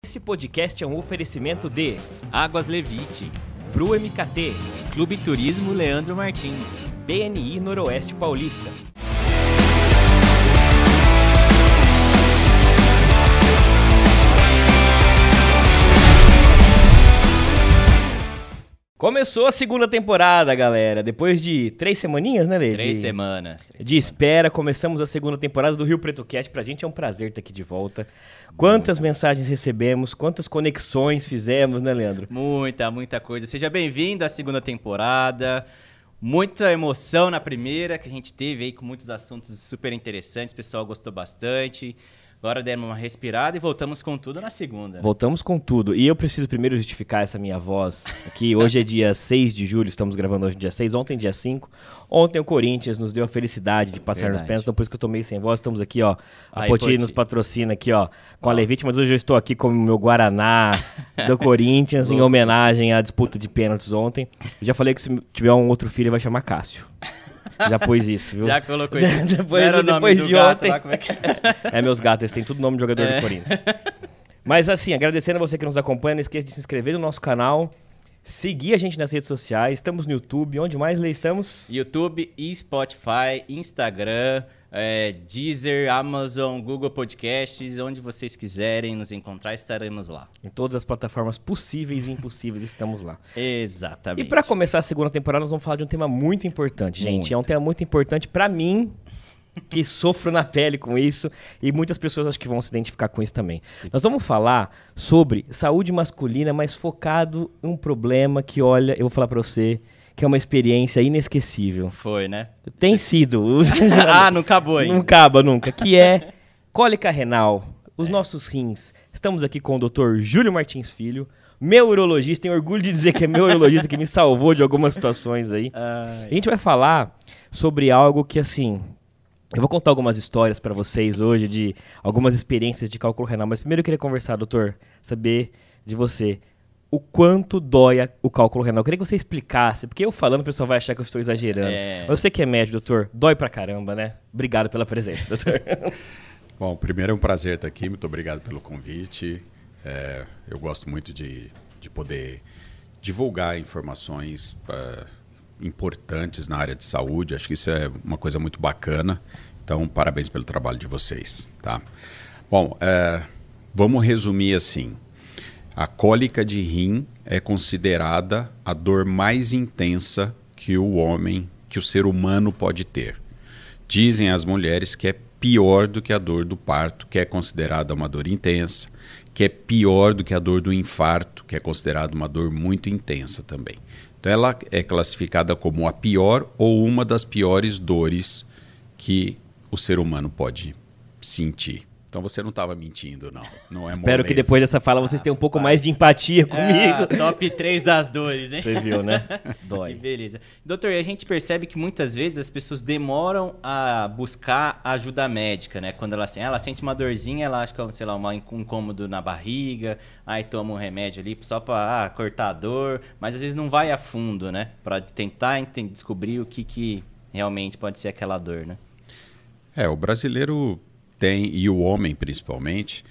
Esse podcast é um oferecimento de Águas Levite, Bru MKT, Clube Turismo Leandro Martins, BNI Noroeste Paulista. Começou a segunda temporada, galera. Depois de 3 semaninhas, né, Lê? 3 semanas. De espera, começamos a segunda temporada do Rio Preto Cast. Pra gente é um prazer estar aqui de volta. Quantas mensagens recebemos, quantas conexões fizemos, né, Leandro? Muita coisa. Seja bem-vindo à segunda temporada. Muita emoção na primeira, que a gente teve aí com muitos assuntos super interessantes. O pessoal gostou bastante. Agora demos uma respirada e voltamos com tudo na segunda. Voltamos com tudo. E eu preciso primeiro justificar essa minha voz aqui. Hoje é dia 6 de julho, estamos gravando hoje dia 6, ontem dia 5. Ontem o Corinthians nos deu a felicidade de passar nos pênaltis, então por isso que eu tô meio sem voz. Estamos aqui, ó. A Poti nos patrocina aqui, ó, com a Levite, mas hoje eu estou aqui com o meu Guaraná do Corinthians em homenagem à disputa de pênaltis ontem. Eu já falei que se tiver um outro filho, ele vai chamar Cássio. Já pôs isso, viu? Já colocou isso. depois de gato, ontem. lá, como é que... Meus gatos, eles têm tudo nome de jogador do Corinthians. Mas assim, agradecendo a você que nos acompanha, não esqueça de se inscrever no nosso canal, seguir a gente nas redes sociais, estamos no YouTube, onde mais, Lê, estamos? YouTube e Spotify, Instagram, Deezer, Amazon, Google Podcasts, onde vocês quiserem nos encontrar, estaremos lá. Em todas as plataformas possíveis e impossíveis estamos lá. Exatamente. E para começar a segunda temporada, nós vamos falar de um tema muito importante, gente. É um tema muito importante para mim, que sofro na pele com isso, e muitas pessoas acho que vão se identificar com isso também. Nós vamos falar sobre saúde masculina, mas focado em um problema que, olha, eu vou falar para você, que é uma experiência inesquecível. Foi, né? Tem sido. Não acabou ainda. Não acaba nunca. Que é cólica renal, os nossos rins. Estamos aqui com o Dr. Júlio Martins Filho, meu urologista. Tenho orgulho de dizer que é meu urologista que me salvou de algumas situações aí. A gente vai falar sobre algo que, assim... Eu vou contar algumas histórias para vocês hoje de algumas experiências de cálculo renal. Mas primeiro eu queria conversar, doutor, saber de você o quanto dói o cálculo renal. Eu queria que você explicasse, porque eu falando o pessoal vai achar que eu estou exagerando. Mas você que é médico, doutor, dói pra caramba, né? Obrigado pela presença, doutor. Bom, primeiro é um prazer estar aqui, muito obrigado pelo convite. Eu gosto muito de poder divulgar informações importantes na área de saúde, acho que isso é uma coisa muito bacana, então parabéns pelo trabalho de vocês. Tá? Bom, vamos resumir assim. A cólica de rim é considerada a dor mais intensa que o ser humano pode ter. Dizem as mulheres que é pior do que a dor do parto, que é considerada uma dor intensa, que é pior do que a dor do infarto, que é considerada uma dor muito intensa também. Então ela é classificada como a pior ou uma das piores dores que o ser humano pode sentir. Então você não estava mentindo, não é Espero que depois dessa fala vocês tenham um pouco mais de empatia comigo. Top 3 das dores, hein? Você viu, né? Dói. Que beleza. Doutor, a gente percebe que muitas vezes as pessoas demoram a buscar ajuda médica, né? Quando ela sente uma dorzinha, ela acha que, sei lá, um incômodo na barriga, aí toma um remédio ali só para cortar a dor, mas às vezes não vai a fundo, né? Para tentar descobrir o que realmente pode ser aquela dor, né? O brasileiro... e o homem principalmente,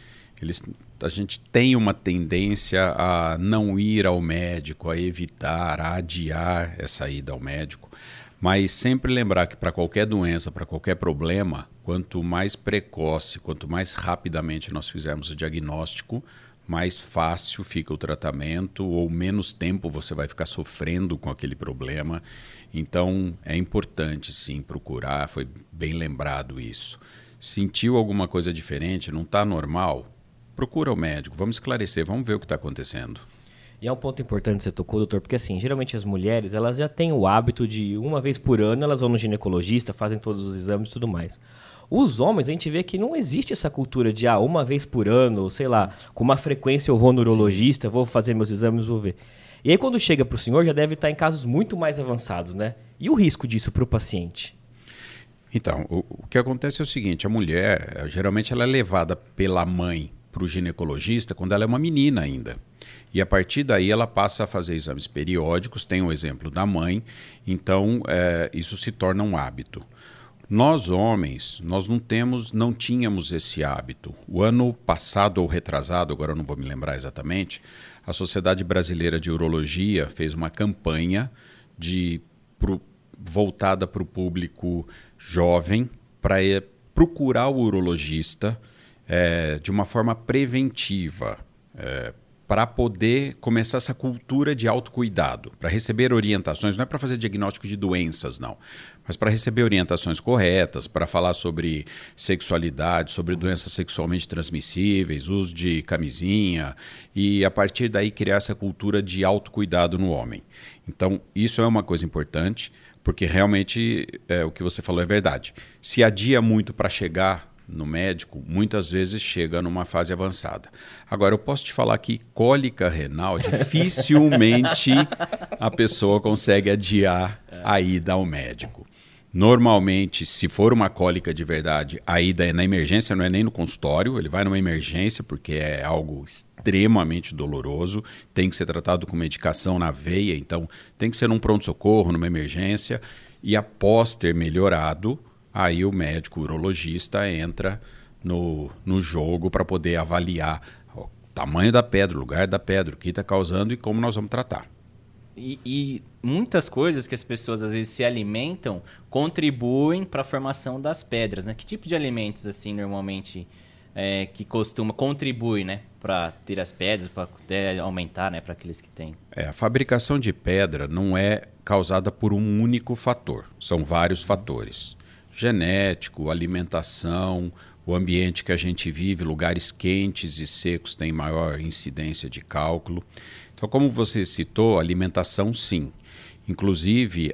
a gente tem uma tendência a não ir ao médico, a evitar, a adiar essa ida ao médico, mas sempre lembrar que para qualquer doença, para qualquer problema, quanto mais precoce, quanto mais rapidamente nós fizermos o diagnóstico, mais fácil fica o tratamento ou menos tempo você vai ficar sofrendo com aquele problema. Então é importante sim procurar, foi bem lembrado isso. Sentiu alguma coisa diferente, não está normal, procura o médico, vamos esclarecer, vamos ver o que está acontecendo. E é um ponto importante que você tocou, doutor, porque assim, geralmente as mulheres, elas já têm o hábito de uma vez por ano, elas vão no ginecologista, fazem todos os exames e tudo mais. Os homens, a gente vê que não existe essa cultura de uma vez por ano, sei lá, com uma frequência eu vou no urologista, vou fazer meus exames, vou ver. E aí quando chega para o senhor, já deve estar em casos muito mais avançados, né? E o risco disso para o paciente? Então, o que acontece é o seguinte, a mulher, geralmente ela é levada pela mãe para o ginecologista quando ela é uma menina ainda. E a partir daí ela passa a fazer exames periódicos, tem o exemplo da mãe, então isso se torna um hábito. Nós homens, nós não tínhamos esse hábito. O ano passado ou retrasado, agora eu não vou me lembrar exatamente, a Sociedade Brasileira de Urologia fez uma campanha voltada para o público jovem para procurar o urologista de uma forma preventiva, para poder começar essa cultura de autocuidado, para receber orientações, não é para fazer diagnóstico de doenças, não, mas para receber orientações corretas, para falar sobre sexualidade, sobre doenças sexualmente transmissíveis, uso de camisinha, e a partir daí criar essa cultura de autocuidado no homem. Então, isso é uma coisa importante, porque realmente o que você falou é verdade. Se adia muito para chegar no médico, muitas vezes chega numa fase avançada. Agora, eu posso te falar que cólica renal, dificilmente a pessoa consegue adiar a ida ao médico. Normalmente, se for uma cólica de verdade, a ida é na emergência, não é nem no consultório, ele vai numa emergência porque é algo extremamente doloroso, tem que ser tratado com medicação na veia, então tem que ser num pronto-socorro, numa emergência, e após ter melhorado, aí o médico urologista entra no jogo para poder avaliar o tamanho da pedra, o lugar da pedra, o que está causando e como nós vamos tratar. E muitas coisas que as pessoas às vezes se alimentam contribuem para a formação das pedras, né? Que tipo de alimentos assim normalmente que costuma contribuir, né, para ter as pedras, para aumentar, né, para aqueles que têm? A fabricação de pedra não é causada por um único fator, são vários fatores. Genético, alimentação, o ambiente que a gente vive, lugares quentes e secos têm maior incidência de cálculo. Então, como você citou, alimentação sim. Inclusive,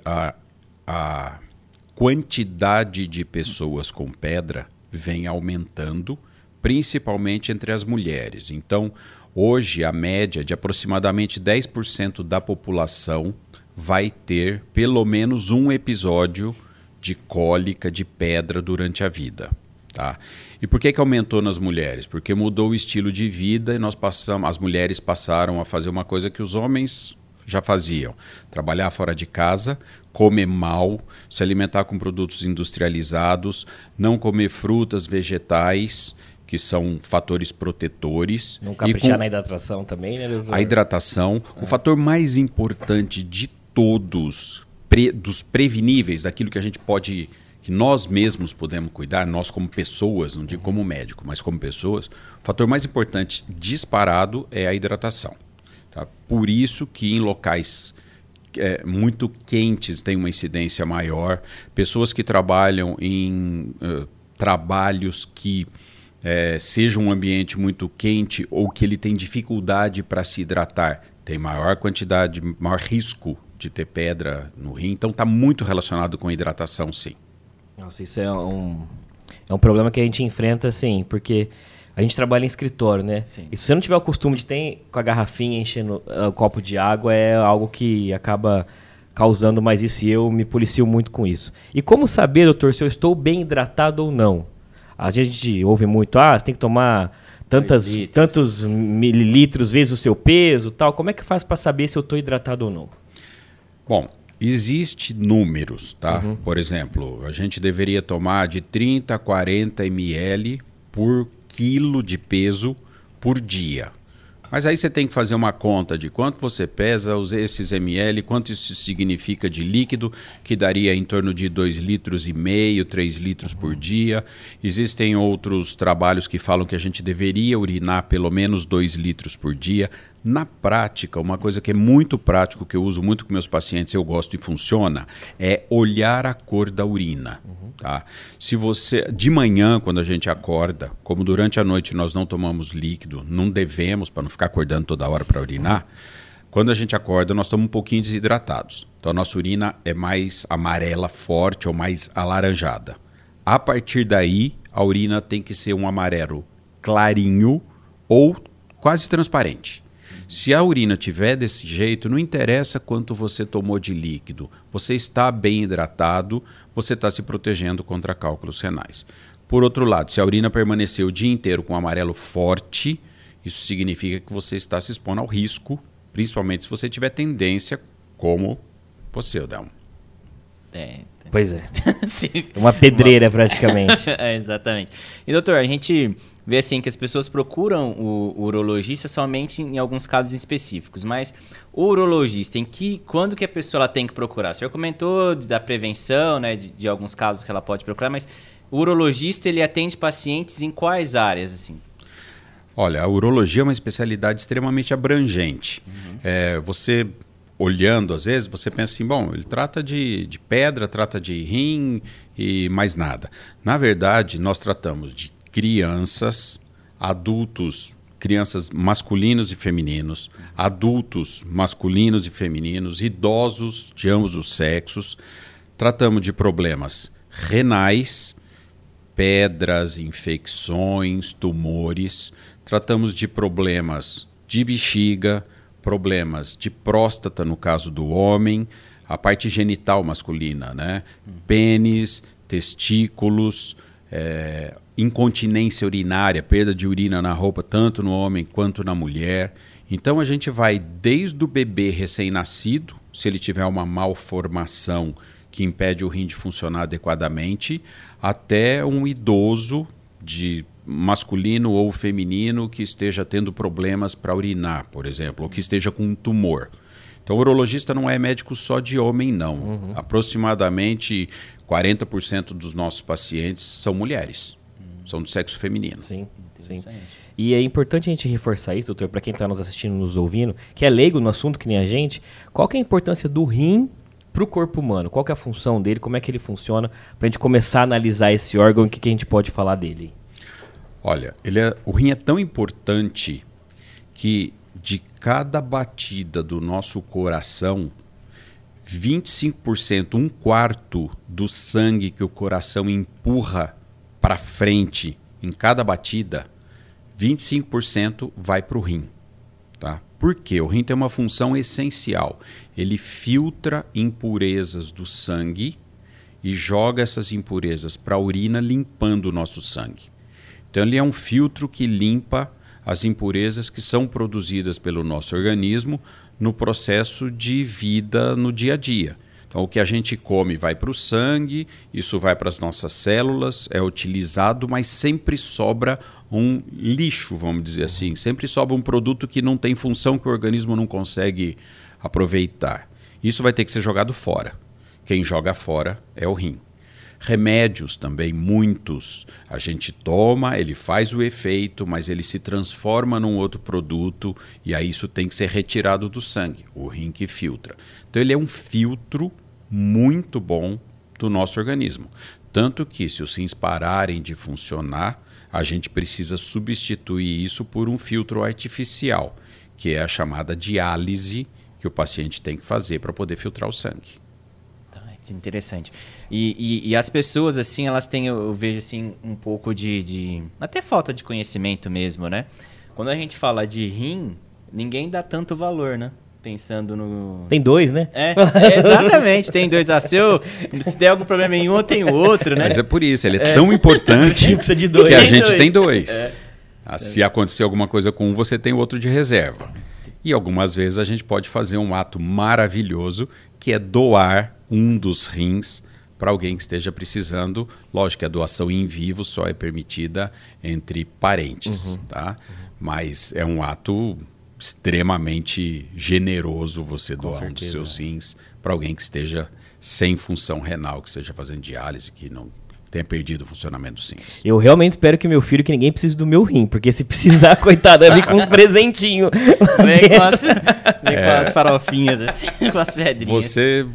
a quantidade de pessoas com pedra vem aumentando, principalmente entre as mulheres. Então, hoje, a média de aproximadamente 10% da população vai ter pelo menos um episódio de cólica, de pedra durante a vida. Tá? E por que aumentou nas mulheres? Porque mudou o estilo de vida e as mulheres passaram a fazer uma coisa que os homens já faziam. Trabalhar fora de casa, comer mal, se alimentar com produtos industrializados, não comer frutas, vegetais, que são fatores protetores. Não caprichar na hidratação também, né, doutor? A hidratação. O fator mais importante de todos, dos preveníveis, daquilo que a gente pode... que nós mesmos podemos cuidar, nós como pessoas, não digo como médico, mas como pessoas, o fator mais importante disparado é a hidratação. Tá? Por isso que em locais muito quentes tem uma incidência maior, pessoas que trabalham em trabalhos que seja um ambiente muito quente ou que ele tem dificuldade para se hidratar, tem maior quantidade, maior risco de ter pedra no rim, então está muito relacionado com a hidratação, sim. Nossa, isso é um problema que a gente enfrenta, assim, porque a gente trabalha em escritório, né? Sim. E se você não tiver o costume de ter com a garrafinha enchendo o copo de água, é algo que acaba causando mais isso, e eu me policio muito com isso. E como saber, doutor, se eu estou bem hidratado ou não? A gente ouve muito, você tem que tomar tantos mililitros vezes o seu peso, tal. Como é que faz para saber se eu estou hidratado ou não? Bom, existem números, tá? Uhum. Por exemplo, a gente deveria tomar de 30 a 40 ml por quilo de peso por dia. Mas aí você tem que fazer uma conta de quanto você pesa, esses ml, quanto isso significa de líquido, que daria em torno de 2,5 litros, 3 litros por dia. Existem outros trabalhos que falam que a gente deveria urinar pelo menos 2 litros por dia. Na prática, uma coisa que é muito prático, que eu uso muito com meus pacientes, eu gosto e funciona, é olhar a cor da urina. Tá? Se você, de manhã, quando a gente acorda, como durante a noite nós não tomamos líquido, não devemos, para não ficar acordando toda hora para urinar, quando a gente acorda nós estamos um pouquinho desidratados. Então a nossa urina é mais amarela, forte ou mais alaranjada. A partir daí, a urina tem que ser um amarelo clarinho ou quase transparente. Se a urina tiver desse jeito, não interessa quanto você tomou de líquido. Você está bem hidratado, você está se protegendo contra cálculos renais. Por outro lado, se a urina permanecer o dia inteiro com amarelo forte, isso significa que você está se expondo ao risco, principalmente se você tiver tendência como você, Odelmo. Pois é. Sim. Uma pedreira, praticamente. Exatamente. E, doutor, a gente vê assim que as pessoas procuram o urologista somente em alguns casos específicos, mas o urologista, quando que a pessoa ela tem que procurar? O senhor comentou da prevenção, né, de alguns casos que ela pode procurar, mas o urologista, ele atende pacientes em quais áreas, assim? Olha, a urologia é uma especialidade extremamente abrangente. Você, olhando, às vezes, você pensa assim, bom, ele trata de pedra, trata de rim e mais nada. Na verdade, nós tratamos de crianças, adultos, crianças masculinos e femininos, adultos masculinos e femininos, idosos de ambos os sexos. Tratamos de problemas renais, pedras, infecções, tumores. Tratamos de problemas de bexiga, problemas de próstata no caso do homem, a parte genital masculina, né? Pênis, testículos, incontinência urinária, perda de urina na roupa, tanto no homem quanto na mulher. Então a gente vai desde o bebê recém-nascido, se ele tiver uma malformação que impede o rim de funcionar adequadamente, até um idoso de masculino ou feminino que esteja tendo problemas para urinar, por exemplo, ou que esteja com um tumor. Então o urologista não é médico só de homem, não. Aproximadamente 40% dos nossos pacientes são mulheres, são do sexo feminino. Sim, sim. E é importante a gente reforçar isso, doutor, para quem está nos assistindo, nos ouvindo, que é leigo no assunto, que nem a gente, qual que é a importância do rim para o corpo humano? Qual que é a função dele? Como é que ele funciona? Para a gente começar a analisar esse órgão, o que a gente pode falar dele? Olha, o rim é tão importante que de cada batida do nosso coração, 25%, um quarto do sangue que o coração empurra para frente em cada batida, 25% vai para o rim. Tá? Por quê? O rim tem uma função essencial. Ele filtra impurezas do sangue e joga essas impurezas para a urina, limpando o nosso sangue. Então ele é um filtro que limpa as impurezas que são produzidas pelo nosso organismo no processo de vida no dia a dia. Então o que a gente come vai para o sangue, isso vai para as nossas células, é utilizado, mas sempre sobra um lixo, vamos dizer assim. Sempre sobra um produto que não tem função, que o organismo não consegue aproveitar. Isso vai ter que ser jogado fora. Quem joga fora é o rim. Remédios também, muitos, a gente toma, ele faz o efeito, mas ele se transforma num outro produto e aí isso tem que ser retirado do sangue, o rim que filtra. Então ele é um filtro muito bom do nosso organismo. Tanto que se os rins pararem de funcionar, a gente precisa substituir isso por um filtro artificial, que é a chamada diálise que o paciente tem que fazer para poder filtrar o sangue. Interessante. E as pessoas, assim, elas têm, eu vejo, assim, um pouco de até falta de conhecimento mesmo, né? Quando a gente fala de rim, ninguém dá tanto valor, né? Pensando no... Tem dois, né? Exatamente, tem dois. Se der algum problema em um, tem o outro, né? Mas é por isso, ele é tão importante precisa de dois. que a gente tem dois. Se acontecer alguma coisa com um, você tem o outro de reserva. E algumas vezes a gente pode fazer um ato maravilhoso, que é doar um dos rins para alguém que esteja precisando. Lógico que a doação em vivo só é permitida entre parentes, tá? Mas é um ato extremamente generoso você doar um dos seus rins para alguém que esteja sem função renal, que esteja fazendo diálise, que não tenha perdido o funcionamento dos rins. Eu realmente espero que meu filho, que ninguém precise do meu rim, porque se precisar, coitado, vai vir com uns presentinhos. Vem com as farofinhas, assim, com as pedrinhas.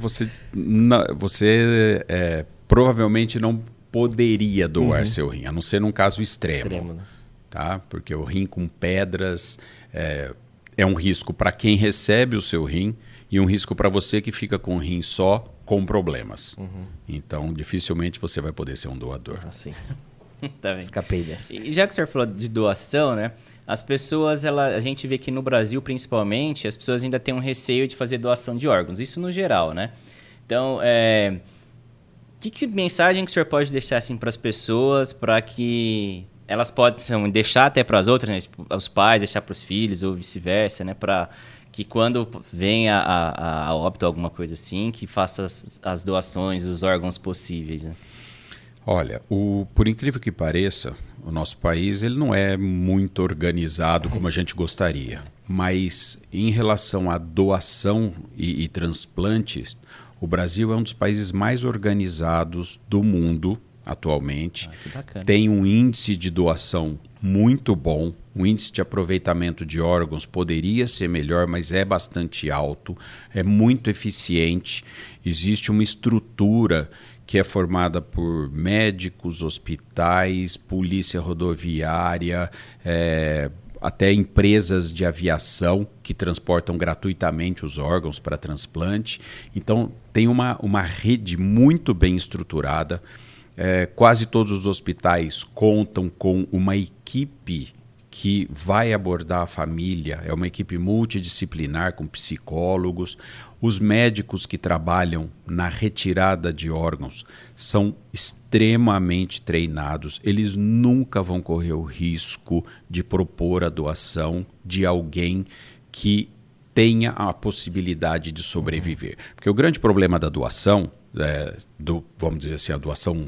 Você provavelmente não poderia doar seu rim, a não ser num caso extremo, né? Tá? Porque o rim com pedras é um risco para quem recebe o seu rim e um risco para você que fica com o rim só com problemas. Então, dificilmente você vai poder ser um doador. Assim. Tá bem. Escapei dessa. E já que o senhor falou de doação, né? As pessoas, a gente vê que no Brasil, principalmente, as pessoas ainda têm um receio de fazer doação de órgãos. Isso no geral, né? Então, que mensagem que o senhor pode deixar assim, para as pessoas para que elas podem deixar até para as outras, né? Tipo, os pais deixar para os filhos ou vice-versa, né? Para que quando venha a óbito alguma coisa assim, que faça as doações, os órgãos possíveis, né? Olha, por incrível que pareça, o nosso país ele não é muito organizado como a gente gostaria. Mas em relação à doação e transplantes, o Brasil é um dos países mais organizados do mundo atualmente. Que bacana. Tem um índice de doação muito bom. O índice de aproveitamento de órgãos poderia ser melhor, mas é bastante alto. É muito eficiente. Existe uma estrutura que é formada por médicos, hospitais, polícia rodoviária, até empresas de aviação que transportam gratuitamente os órgãos para transplante. Então, tem uma rede muito bem estruturada. Quase todos os hospitais contam com uma equipe que vai abordar a família. É uma equipe multidisciplinar com psicólogos. Os médicos que trabalham na retirada de órgãos são extremamente treinados. Eles nunca vão correr o risco de propor a doação de alguém que tenha a possibilidade de sobreviver. Porque o grande problema da doação, vamos dizer assim, a doação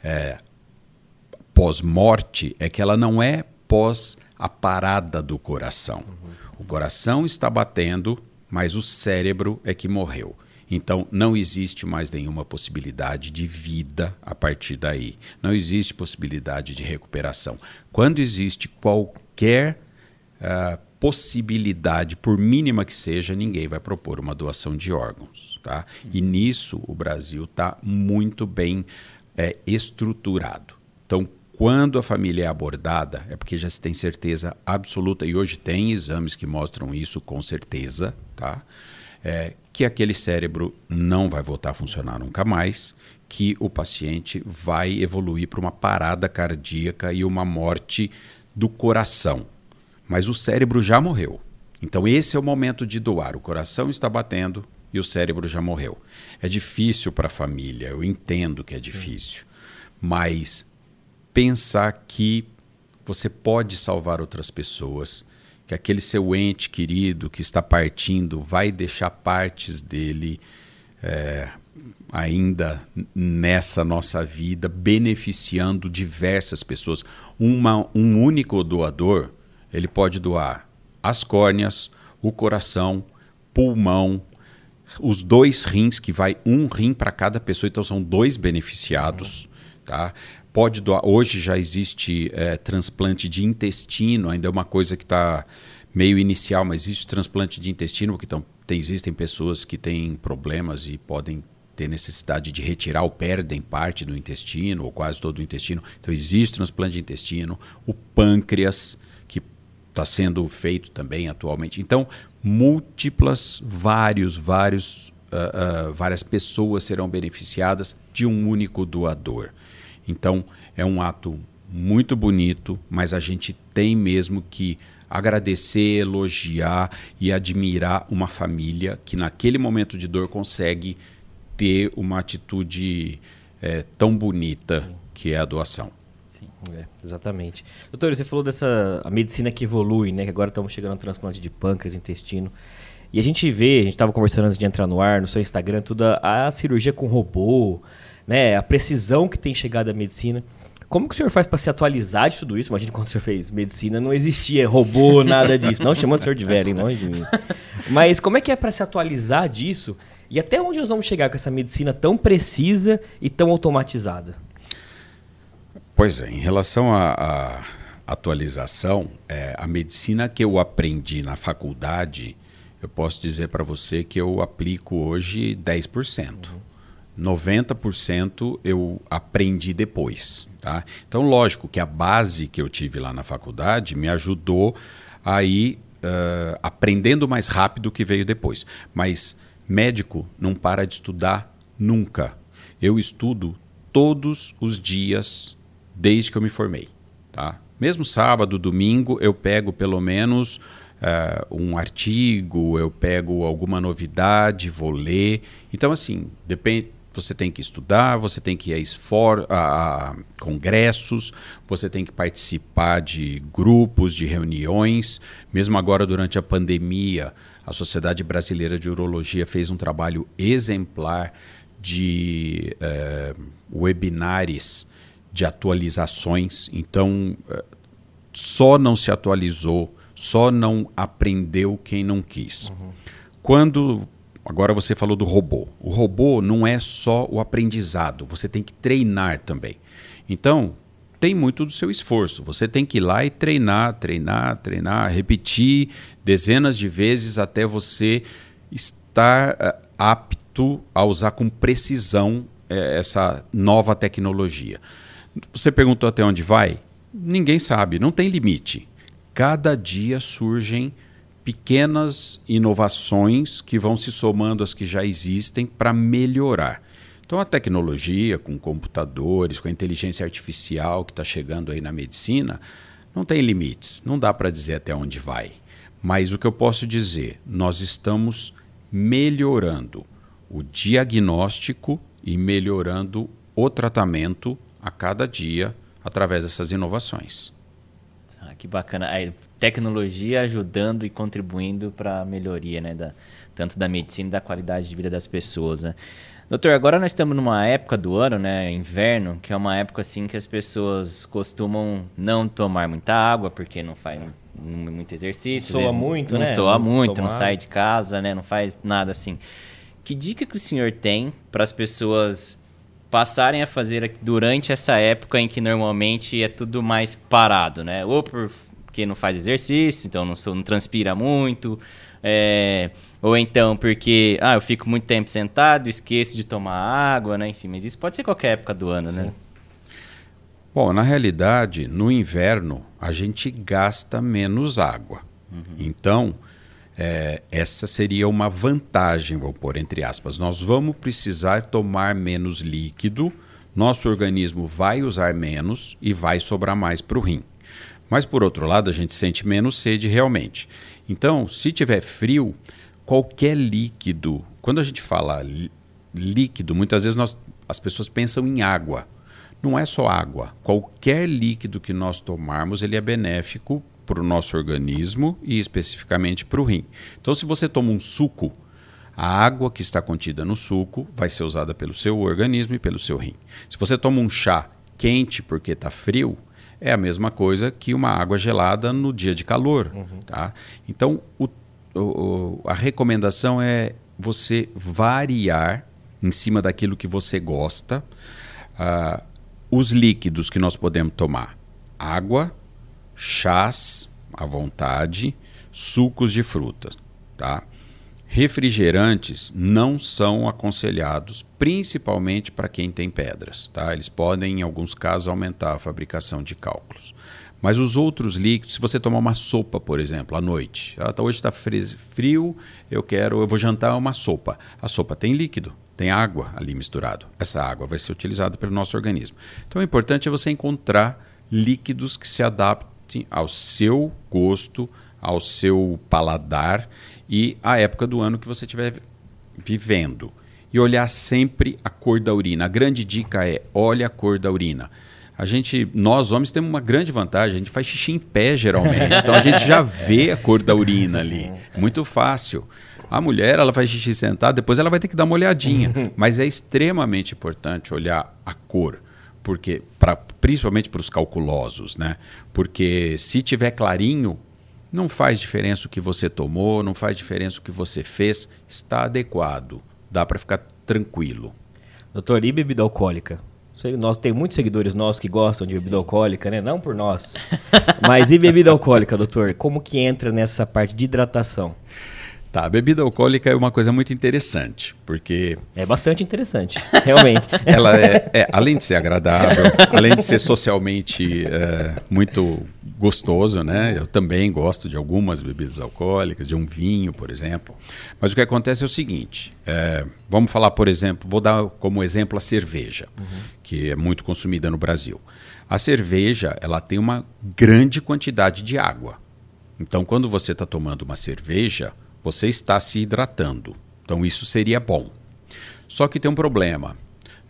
pós-morte, é que ela não é pós a parada do coração. O coração está batendo, mas o cérebro é que morreu. Então, não existe mais nenhuma possibilidade de vida a partir daí. Não existe possibilidade de recuperação. Quando existe qualquer possibilidade, por mínima que seja, ninguém vai propor uma doação de órgãos. Tá? E nisso o Brasil está muito bem estruturado. Então, quando a família é abordada, é porque já se tem certeza absoluta, e hoje tem exames que mostram isso com certeza, tá? Que aquele cérebro não vai voltar a funcionar nunca mais, que o paciente vai evoluir para uma parada cardíaca e uma morte do coração. Mas o cérebro já morreu. Então esse é o momento de doar. O coração está batendo e o cérebro já morreu. É difícil para a família, eu entendo que é difícil, mas pensar que você pode salvar outras pessoas, que aquele seu ente querido que está partindo vai deixar partes dele ainda nessa nossa vida, beneficiando diversas pessoas. Um único doador, ele pode doar as córneas, o coração, pulmão, os 2 rins, que vai um rim para cada pessoa, então são 2 beneficiados, tá? Pode doar. Hoje já existe transplante de intestino, ainda é uma coisa que está meio inicial, mas existe transplante de intestino, porque existem pessoas que têm problemas e podem ter necessidade de retirar ou perdem parte do intestino, ou quase todo o intestino. Então existe transplante de intestino, o pâncreas, que está sendo feito também atualmente. Então, várias pessoas serão beneficiadas de um único doador. Então, é um ato muito bonito, mas a gente tem mesmo que agradecer, elogiar e admirar uma família que naquele momento de dor consegue ter uma atitude tão bonita que é a doação. Sim, exatamente. Doutor, você falou a medicina que evolui, né? Que agora estamos chegando ao transplante de pâncreas, intestino. E a gente estava conversando antes de entrar no ar, no seu Instagram, tudo a cirurgia com robô, né, a precisão que tem chegado à medicina. Como que o senhor faz para se atualizar de tudo isso? Imagina quando o senhor fez medicina, não existia robô, nada disso. Não chamando o senhor de velho, hein? Longe de mim. Mas como é que é para se atualizar disso? E até onde nós vamos chegar com essa medicina tão precisa e tão automatizada? Pois é, em relação à atualização, a medicina que eu aprendi na faculdade, eu posso dizer para você que eu aplico hoje 10%. 90% eu aprendi depois. Tá? Então, lógico que a base que eu tive lá na faculdade me ajudou a ir aprendendo mais rápido que veio depois. Mas médico não para de estudar nunca. Eu estudo todos os dias desde que eu me formei. Tá? Mesmo sábado, domingo, eu pego pelo menos um artigo, eu pego alguma novidade, vou ler. Então, assim, depende. você tem que estudar, você tem que ir a congressos, você tem que participar de grupos, de reuniões. Mesmo agora, durante a pandemia, a Sociedade Brasileira de Urologia fez um trabalho exemplar de webinários de atualizações. Então, só não se atualizou, só não aprendeu quem não quis. Agora você falou do robô. O robô não é só o aprendizado, você tem que treinar também. Então, tem muito do seu esforço. Você tem que ir lá e treinar, repetir dezenas de vezes até você estar apto a usar com precisão essa nova tecnologia. Você perguntou até onde vai? Ninguém sabe, não tem limite. Cada dia surgem pequenas inovações que vão se somando às que já existem para melhorar. Então a tecnologia, com computadores, com a inteligência artificial que está chegando aí na medicina, não tem limites, não dá para dizer até onde vai. Mas o que eu posso dizer, nós estamos melhorando o diagnóstico e melhorando o tratamento a cada dia através dessas inovações. Que bacana. A tecnologia ajudando e contribuindo para a melhoria, né, tanto da medicina e da qualidade de vida das pessoas, né? Doutor, agora nós estamos numa época do ano, né, inverno, que é uma época assim que as pessoas costumam não tomar muita água porque não faz muito exercício. Soa muito, né? Não soa muito, não sai de casa, né, não faz nada assim. Que dica que o senhor tem para as pessoas passarem a fazer durante essa época em que normalmente é tudo mais parado, né? Ou porque não faz exercício, então não transpira muito, ou então porque eu fico muito tempo sentado, esqueço de tomar água, né? Enfim, mas isso pode ser qualquer época do ano, né? Bom, na realidade, no inverno, a gente gasta menos água. Então, essa seria uma vantagem, vou pôr entre aspas. Nós vamos precisar tomar menos líquido, nosso organismo vai usar menos e vai sobrar mais para o rim. Mas, por outro lado, a gente sente menos sede realmente. Então, se tiver frio, qualquer líquido... Quando a gente fala líquido, muitas vezes as pessoas pensam em água. Não é só água. Qualquer líquido que nós tomarmos, ele é benéfico para o nosso organismo e especificamente para o rim. Então, se você toma um suco, a água que está contida no suco vai ser usada pelo seu organismo e pelo seu rim. Se você toma um chá quente porque está frio, é a mesma coisa que uma água gelada no dia de calor. Tá? Então, a recomendação é você variar em cima daquilo que você gosta. Os líquidos que nós podemos tomar: água, chás à vontade, sucos de frutas, tá? Refrigerantes não são aconselhados, principalmente para quem tem pedras, tá? Eles podem, em alguns casos, aumentar a fabricação de cálculos. Mas os outros líquidos, se você tomar uma sopa, por exemplo, à noite, hoje está frio, eu vou jantar uma sopa. A sopa tem líquido, tem água ali misturado. Essa água vai ser utilizada pelo nosso organismo. Então, o importante é você encontrar líquidos que se adaptem ao seu gosto, ao seu paladar e à época do ano que você estiver vivendo. E olhar sempre a cor da urina. A grande dica é: olha a cor da urina. Nós homens temos uma grande vantagem, a gente faz xixi em pé geralmente, então a gente já vê a cor da urina ali, muito fácil. A mulher, ela faz xixi sentada, depois ela vai ter que dar uma olhadinha, mas é extremamente importante olhar a cor, porque principalmente para os calculosos, né? Porque se tiver clarinho, não faz diferença o que você tomou, não faz diferença o que você fez, está adequado, dá para ficar tranquilo. Doutor, e bebida alcoólica? Nós tem muitos seguidores nossos que gostam de bebida alcoólica, né? Não por nós. Mas e bebida alcoólica, doutor? Como que entra nessa parte de hidratação? Tá, a bebida alcoólica é uma coisa muito interessante, porque... É bastante interessante, realmente. Ela além de ser agradável, além de ser socialmente muito gostoso, né? Eu também gosto de algumas bebidas alcoólicas, de um vinho, por exemplo. Mas o que acontece é o seguinte, vamos falar, por exemplo, vou dar como exemplo a cerveja, que é muito consumida no Brasil. A cerveja, ela tem uma grande quantidade de água. Então, quando você está tomando uma cerveja, você está se hidratando. Então, isso seria bom. Só que tem um problema.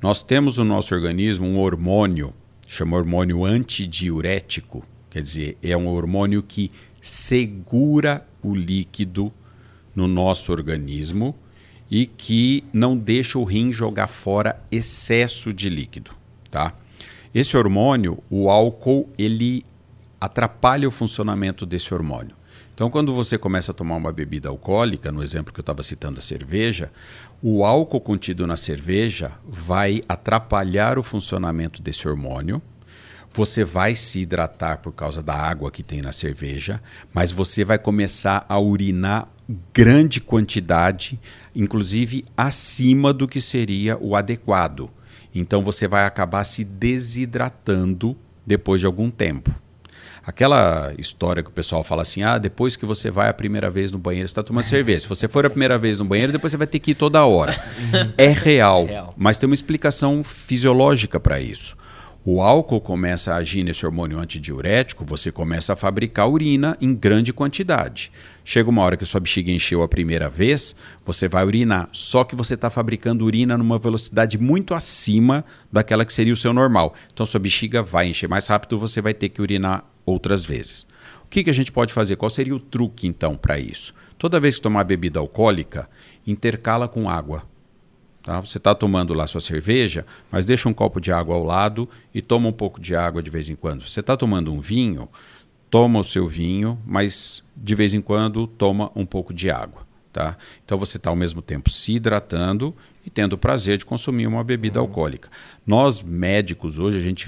Nós temos no nosso organismo um hormônio, chama hormônio antidiurético, quer dizer, é um hormônio que segura o líquido no nosso organismo e que não deixa o rim jogar fora excesso de líquido, tá? Esse hormônio, o álcool, ele atrapalha o funcionamento desse hormônio. Então, quando você começa a tomar uma bebida alcoólica, no exemplo que eu estava citando a cerveja, o álcool contido na cerveja vai atrapalhar o funcionamento desse hormônio. Você vai se hidratar por causa da água que tem na cerveja, mas você vai começar a urinar grande quantidade, inclusive acima do que seria o adequado. Então você vai acabar se desidratando depois de algum tempo. Aquela história que o pessoal fala assim, depois que você vai a primeira vez no banheiro, você está tomando cerveja. Se você for a primeira vez no banheiro, depois você vai ter que ir toda hora. É real, mas tem uma explicação fisiológica para isso. O álcool começa a agir nesse hormônio antidiurético, você começa a fabricar urina em grande quantidade. Chega uma hora que sua bexiga encheu a primeira vez, você vai urinar. Só que você está fabricando urina numa velocidade muito acima daquela que seria o seu normal. Então sua bexiga vai encher mais rápido, você vai ter que urinar outras vezes. O que a gente pode fazer? Qual seria o truque então para isso? Toda vez que tomar bebida alcoólica, intercala com água. Tá? Você está tomando lá sua cerveja, mas deixa um copo de água ao lado e toma um pouco de água de vez em quando. Você está tomando um vinho, toma o seu vinho, mas de vez em quando toma um pouco de água. Tá? Então você está ao mesmo tempo se hidratando e tendo o prazer de consumir uma bebida alcoólica. Nós médicos hoje a gente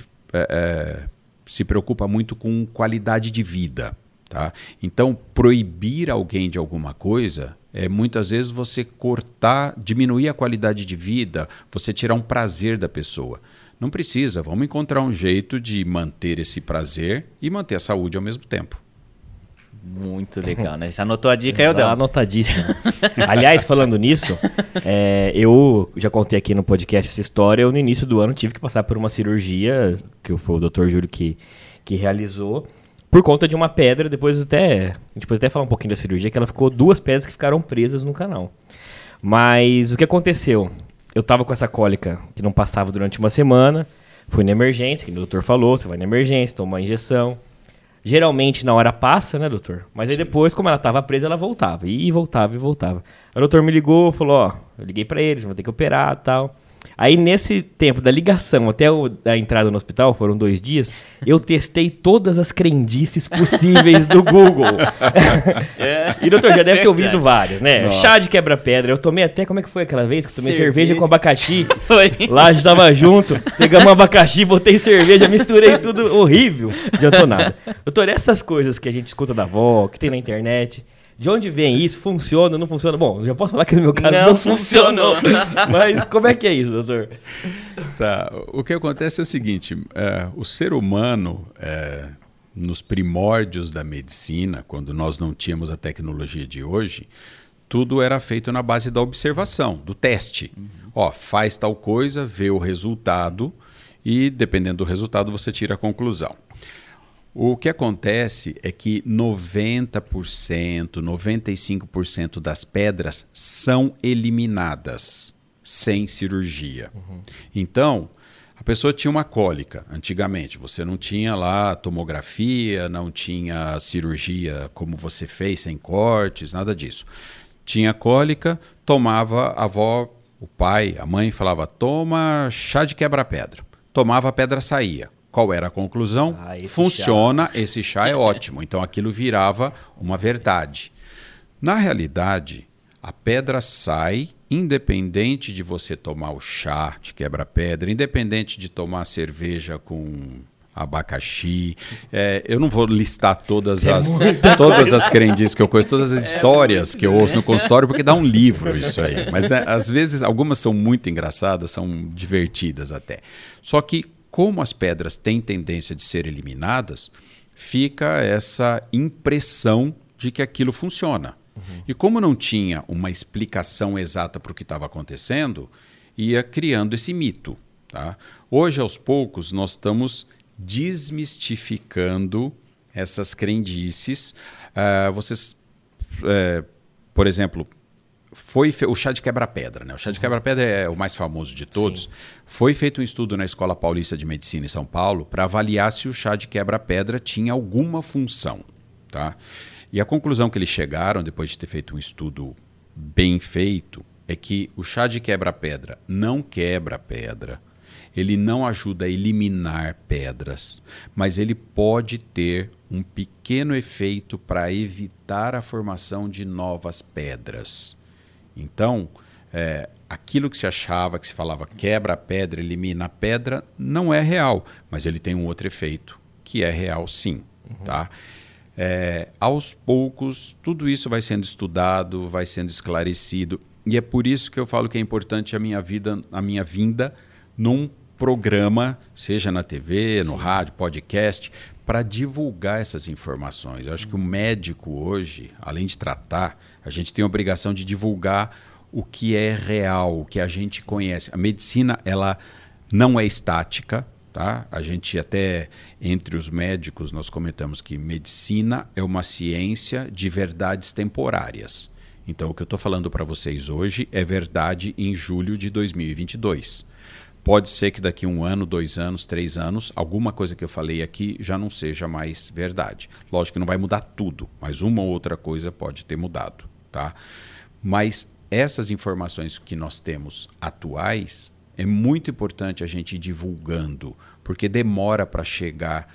se preocupa muito com qualidade de vida. Tá? Então proibir alguém de alguma coisa muitas vezes você diminuir a qualidade de vida, você tirar um prazer da pessoa. Não precisa, vamos encontrar um jeito de manter esse prazer e manter a saúde ao mesmo tempo. Muito legal, né? Você anotou a dica aí, Eudel? Anotadíssimo. Aliás, falando nisso, eu já contei aqui no podcast essa história. Eu, no início do ano, tive que passar por uma cirurgia, que foi o Dr. Júlio que realizou, por conta de uma pedra. Depois a gente pode até falar um pouquinho da cirurgia, que ela ficou 2 pedras que ficaram presas no canal. Mas o que aconteceu? Eu tava com essa cólica que não passava durante uma semana, fui na emergência, que o doutor falou, você vai na emergência, toma uma injeção. Geralmente na hora passa, né, doutor? Mas aí depois, como ela tava presa, ela voltava. E voltava, e voltava. Aí o doutor me ligou, falou, eu liguei pra eles, vou ter que operar e tal. Aí nesse tempo da ligação até a entrada no hospital, foram 2 dias, eu testei todas as crendices possíveis do Google. E doutor, já deve ter ouvido várias, né? Nossa. Chá de quebra-pedra, eu tomei até, como é que foi aquela vez? Que eu tomei cerveja com abacaxi. Foi. Lá a gente tava junto, pegamos um abacaxi, botei cerveja, misturei tudo, horrível. Não adiantou nada. Doutor, essas coisas que a gente escuta da avó, que tem na internet... De onde vem isso? Funciona, não funciona? Bom, eu já posso falar que no meu caso não funcionou. Mas como é que é isso, doutor? Tá. O que acontece é o seguinte, o ser humano, nos primórdios da medicina, quando nós não tínhamos a tecnologia de hoje, tudo era feito na base da observação, do teste. Faz tal coisa, vê o resultado e, dependendo do resultado, você tira a conclusão. O que acontece é que 90%, 95% das pedras são eliminadas sem cirurgia. Então, a pessoa tinha uma cólica antigamente. Você não tinha lá tomografia, não tinha cirurgia como você fez, sem cortes, nada disso. Tinha cólica, tomava a avó, o pai, a mãe falava, toma chá de quebra-pedra. Tomava, a pedra saía. Qual era a conclusão? Funciona, esse chá é ótimo. Então aquilo virava uma verdade. Na realidade, a pedra sai independente de você tomar o chá de quebra-pedra, independente de tomar cerveja com abacaxi. Eu não vou listar todas as crendices que eu conheço, todas as histórias que eu ouço no consultório, porque dá um livro isso aí. Mas às vezes algumas são muito engraçadas, são divertidas até. Só que como as pedras têm tendência de ser eliminadas, fica essa impressão de que aquilo funciona. E como não tinha uma explicação exata para o que estava acontecendo, ia criando esse mito. Tá? Hoje, aos poucos, nós estamos desmistificando essas crendices. Por exemplo, o chá de quebra-pedra, né? O chá de quebra-pedra é o mais famoso de todos. Sim. Foi feito um estudo na Escola Paulista de Medicina em São Paulo para avaliar se o chá de quebra-pedra tinha alguma função, tá? E a conclusão que eles chegaram, depois de ter feito um estudo bem feito, é que o chá de quebra-pedra não quebra pedra, ele não ajuda a eliminar pedras, mas ele pode ter um pequeno efeito para evitar a formação de novas pedras. Então, aquilo que se achava, que se falava quebra a pedra, elimina a pedra, não é real, mas ele tem um outro efeito, que é real sim. Tá? Aos poucos, tudo isso vai sendo estudado, vai sendo esclarecido, e é por isso que eu falo que é importante a minha vinda num programa, seja na TV, no rádio, podcast, para divulgar essas informações. Eu acho que o médico hoje, além de tratar, a gente tem a obrigação de divulgar o que é real, o que a gente conhece. A medicina, ela não é estática, tá? A gente até, entre os médicos, nós comentamos que medicina é uma ciência de verdades temporárias. Então, o que eu estou falando para vocês hoje é verdade em julho de 2022. Pode ser que daqui 1 ano, 2 anos, 3 anos, alguma coisa que eu falei aqui já não seja mais verdade. Lógico que não vai mudar tudo, mas uma ou outra coisa pode ter mudado, tá? Mas essas informações que nós temos atuais, é muito importante a gente ir divulgando, porque demora para chegar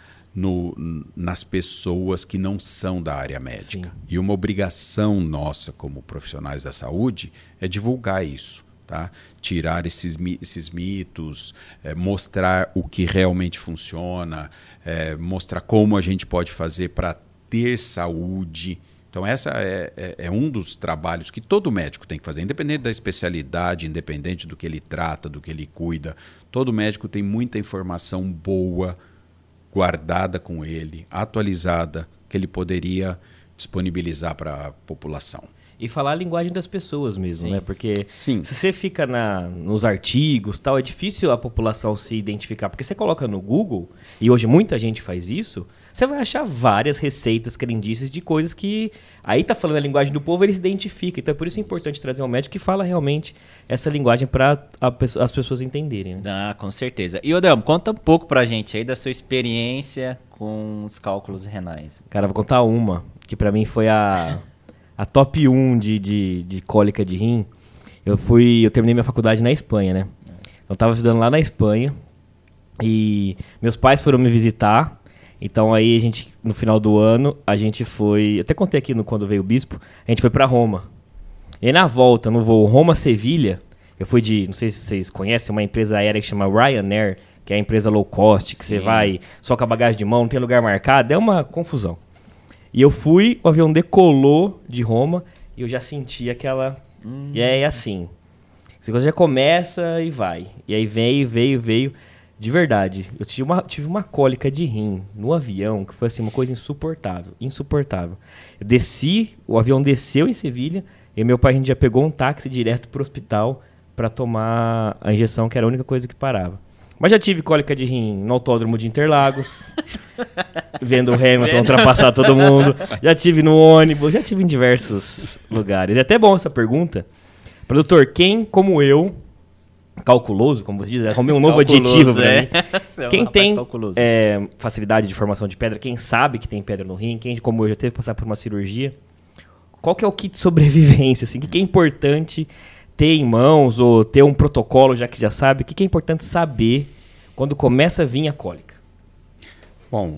nas pessoas que não são da área médica. Sim. E uma obrigação nossa como profissionais da saúde é divulgar isso. Tá? Tirar esses mitos, mostrar o que realmente funciona, mostrar como a gente pode fazer para ter saúde. Então, essa é um dos trabalhos que todo médico tem que fazer, independente da especialidade, independente do que ele trata, do que ele cuida. Todo médico tem muita informação boa guardada com ele, atualizada, que ele poderia disponibilizar para a população. E falar a linguagem das pessoas mesmo, Sim. né? Porque Sim. se você fica nos artigos tal, é difícil a população se identificar. Porque você coloca no Google, e hoje muita gente faz isso, você vai achar várias receitas, crendices de coisas que aí tá falando a linguagem do povo, ele se identifica. Então é por isso importante trazer um médico que fala realmente essa linguagem para as pessoas entenderem. Né? Ah, com certeza. E, Odelmo, conta um pouco pra gente aí da sua experiência com os cálculos renais. Cara, vou contar uma, que para mim foi a top 1 de cólica de rim. Eu terminei minha faculdade na Espanha, né? Eu tava estudando lá na Espanha e meus pais foram me visitar. Então aí a gente, no final do ano, a gente foi... Até contei aqui quando veio o bispo, a gente foi pra Roma. E aí na volta, no voo Roma-Sevilha, eu fui não sei se vocês conhecem, uma empresa aérea que chama Ryanair, que é a empresa low cost, que Sim. Você vai só com a bagagem de mão, não tem lugar marcado, é uma confusão. E eu fui, o avião decolou de Roma e eu já senti aquela... E é assim. Essa coisa já começa e vai. E aí veio. De verdade, eu tive uma cólica de rim no avião, que foi assim, uma coisa insuportável. Eu desci, o avião desceu em Sevilha, e meu pai, a gente já pegou um táxi direto pro hospital para tomar a injeção, que era a única coisa que parava. Mas já tive cólica de rim no autódromo de Interlagos, vendo o Hamilton ultrapassar todo mundo. Já tive no ônibus, já tive em diversos lugares. É até bom essa pergunta. Produtor, quem, como eu, calculoso, como você diz, arrumei um novo adjetivo pra mim. Quem tem facilidade de formação de pedra, quem sabe que tem pedra no rim, quem, como eu, já teve que passar por uma cirurgia, qual que é o kit de sobrevivência? Assim, o que é importante ter em mãos ou ter um protocolo, já que já sabe? O que é importante saber quando começa a vir a cólica? Bom,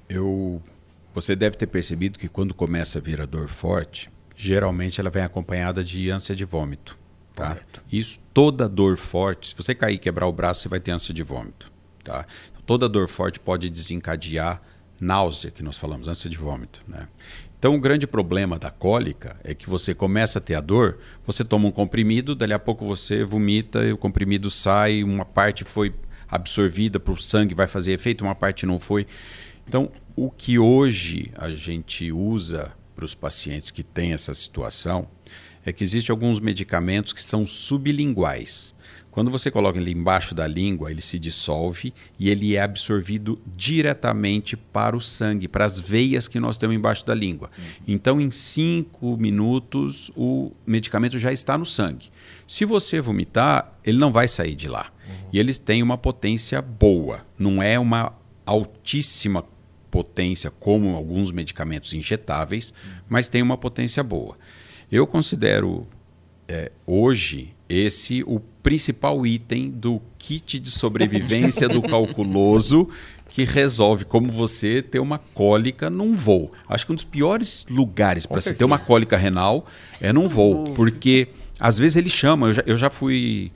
você deve ter percebido que quando começa a vir a dor forte, geralmente ela vem acompanhada de ânsia de vômito. Tá? Isso, toda dor forte, se você cair e quebrar o braço, você vai ter ânsia de vômito. Tá? Toda dor forte pode desencadear náusea, que nós falamos, ânsia de vômito. Né? Então, o grande problema da cólica é que você começa a ter a dor, você toma um comprimido, dali a pouco você vomita, e o comprimido sai, uma parte foi absorvida para o sangue, vai fazer efeito, uma parte não foi. Então, o que hoje a gente usa para os pacientes que têm essa situação é que existem alguns medicamentos que são sublinguais. Quando você coloca ele embaixo da língua, ele se dissolve e ele é absorvido diretamente para o sangue, para as veias que nós temos embaixo da língua. Então, em 5 minutos, o medicamento já está no sangue. Se você vomitar, ele não vai sair de lá. E eles têm uma potência boa. Não é uma altíssima potência como alguns medicamentos injetáveis, mas tem uma potência boa. Eu considero hoje esse o principal item do kit de sobrevivência do calculoso, que resolve como você ter uma cólica num voo. Acho que um dos piores lugares para você ter uma cólica renal é num voo, porque às vezes ele chama. Eu já fui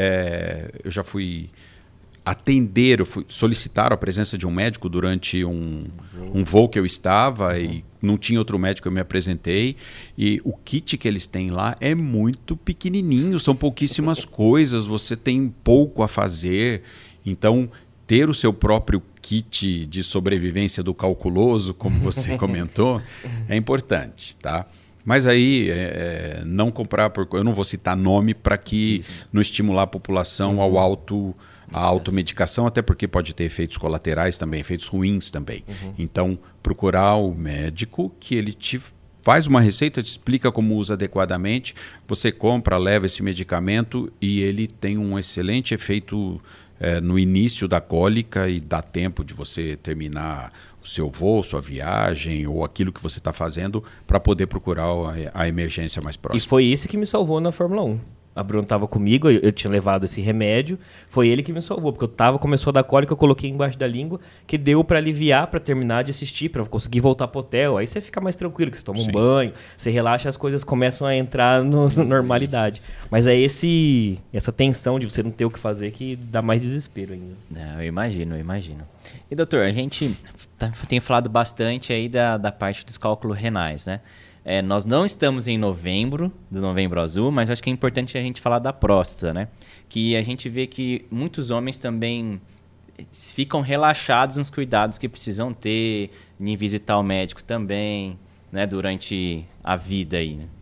atender, solicitar a presença de um médico durante um voo que eu estava e não tinha outro médico, eu me apresentei. E o kit que eles têm lá é muito pequenininho, são pouquíssimas coisas, você tem pouco a fazer. Então, ter o seu próprio kit de sobrevivência do calculoso, como você comentou, é importante, tá? Mas aí, não comprar, eu não vou citar nome para que não estimular a população a automedicação, até porque pode ter efeitos colaterais também, efeitos ruins também. Então, procurar o médico, que ele te faz uma receita, te explica como usa adequadamente, você compra, leva esse medicamento e ele tem um excelente efeito no início da cólica e dá tempo de você terminar o seu voo, sua viagem ou aquilo que você está fazendo para poder procurar a emergência mais próxima. E foi isso que me salvou na Fórmula 1. A Bruno estava comigo, eu tinha levado esse remédio, foi ele que me salvou, porque começou a dar cólica, eu coloquei embaixo da língua, que deu para aliviar, para terminar de assistir, para conseguir voltar pro hotel. Aí você fica mais tranquilo, que você toma um banho, você relaxa, as coisas começam a entrar no normalidade. Mas é essa tensão de você não ter o que fazer que dá mais desespero ainda. Eu imagino. E doutor, a gente tem falado bastante aí da parte dos cálculos renais, né? Nós não estamos em novembro, do Novembro Azul, mas acho que é importante a gente falar da próstata, né? Que a gente vê que muitos homens também ficam relaxados nos cuidados que precisam ter, em visitar o médico também, né? Durante a vida aí, né?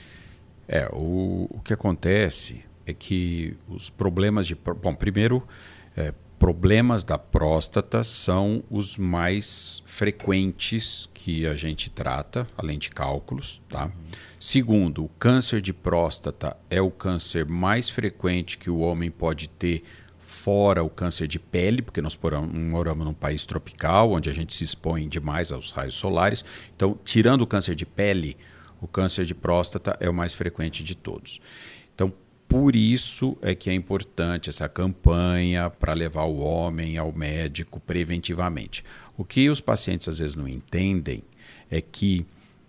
O que acontece é que os problemas de... Bom, primeiro, problemas da próstata são os mais frequentes que a gente trata, além de cálculos, tá? Segundo, o câncer de próstata é o câncer mais frequente que o homem pode ter fora o câncer de pele, porque nós moramos num país tropical, onde a gente se expõe demais aos raios solares. Então, tirando o câncer de pele, o câncer de próstata é o mais frequente de todos. Então, por isso é que é importante essa campanha para levar o homem ao médico preventivamente. O que os pacientes às vezes não entendem é que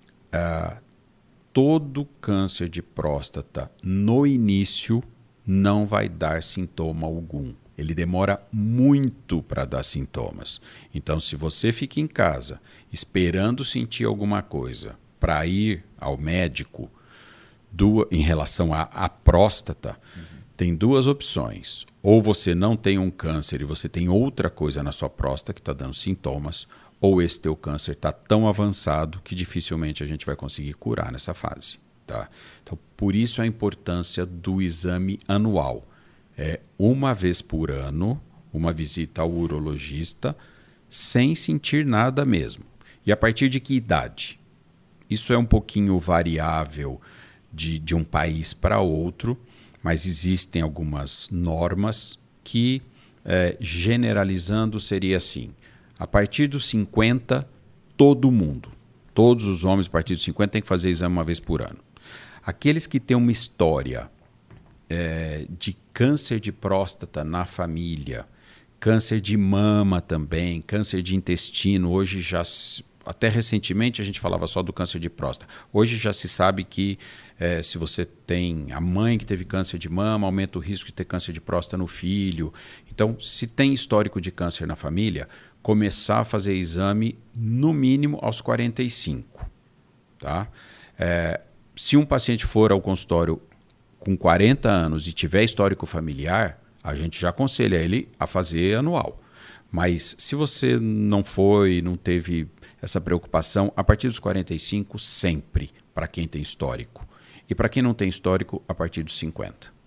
todo câncer de próstata no início não vai dar sintoma algum. Ele demora muito para dar sintomas. Então, se você fica em casa esperando sentir alguma coisa para ir ao médico, em relação à próstata, tem duas opções. Ou você não tem um câncer e você tem outra coisa na sua próstata que está dando sintomas, ou esse teu câncer está tão avançado que dificilmente a gente vai conseguir curar nessa fase. Tá? Então, por isso a importância do exame anual. Uma vez por ano, uma visita ao urologista, sem sentir nada mesmo. E a partir de que idade? Isso é um pouquinho variável de um país para outro, mas existem algumas normas que, generalizando, seria assim. A partir dos 50, todo mundo, todos os homens a partir dos 50 têm que fazer exame uma vez por ano. Aqueles que têm uma história de câncer de próstata na família, câncer de mama também, câncer de intestino, hoje já... Até recentemente a gente falava só do câncer de próstata. Hoje já se sabe que se você tem a mãe que teve câncer de mama, aumenta o risco de ter câncer de próstata no filho. Então, se tem histórico de câncer na família, começar a fazer exame no mínimo aos 45. Tá? Se um paciente for ao consultório com 40 anos e tiver histórico familiar, a gente já aconselha ele a fazer anual. Mas se você não foi, não teve essa preocupação, a partir dos 45 sempre, para quem tem histórico. E para quem não tem histórico, a partir dos 50.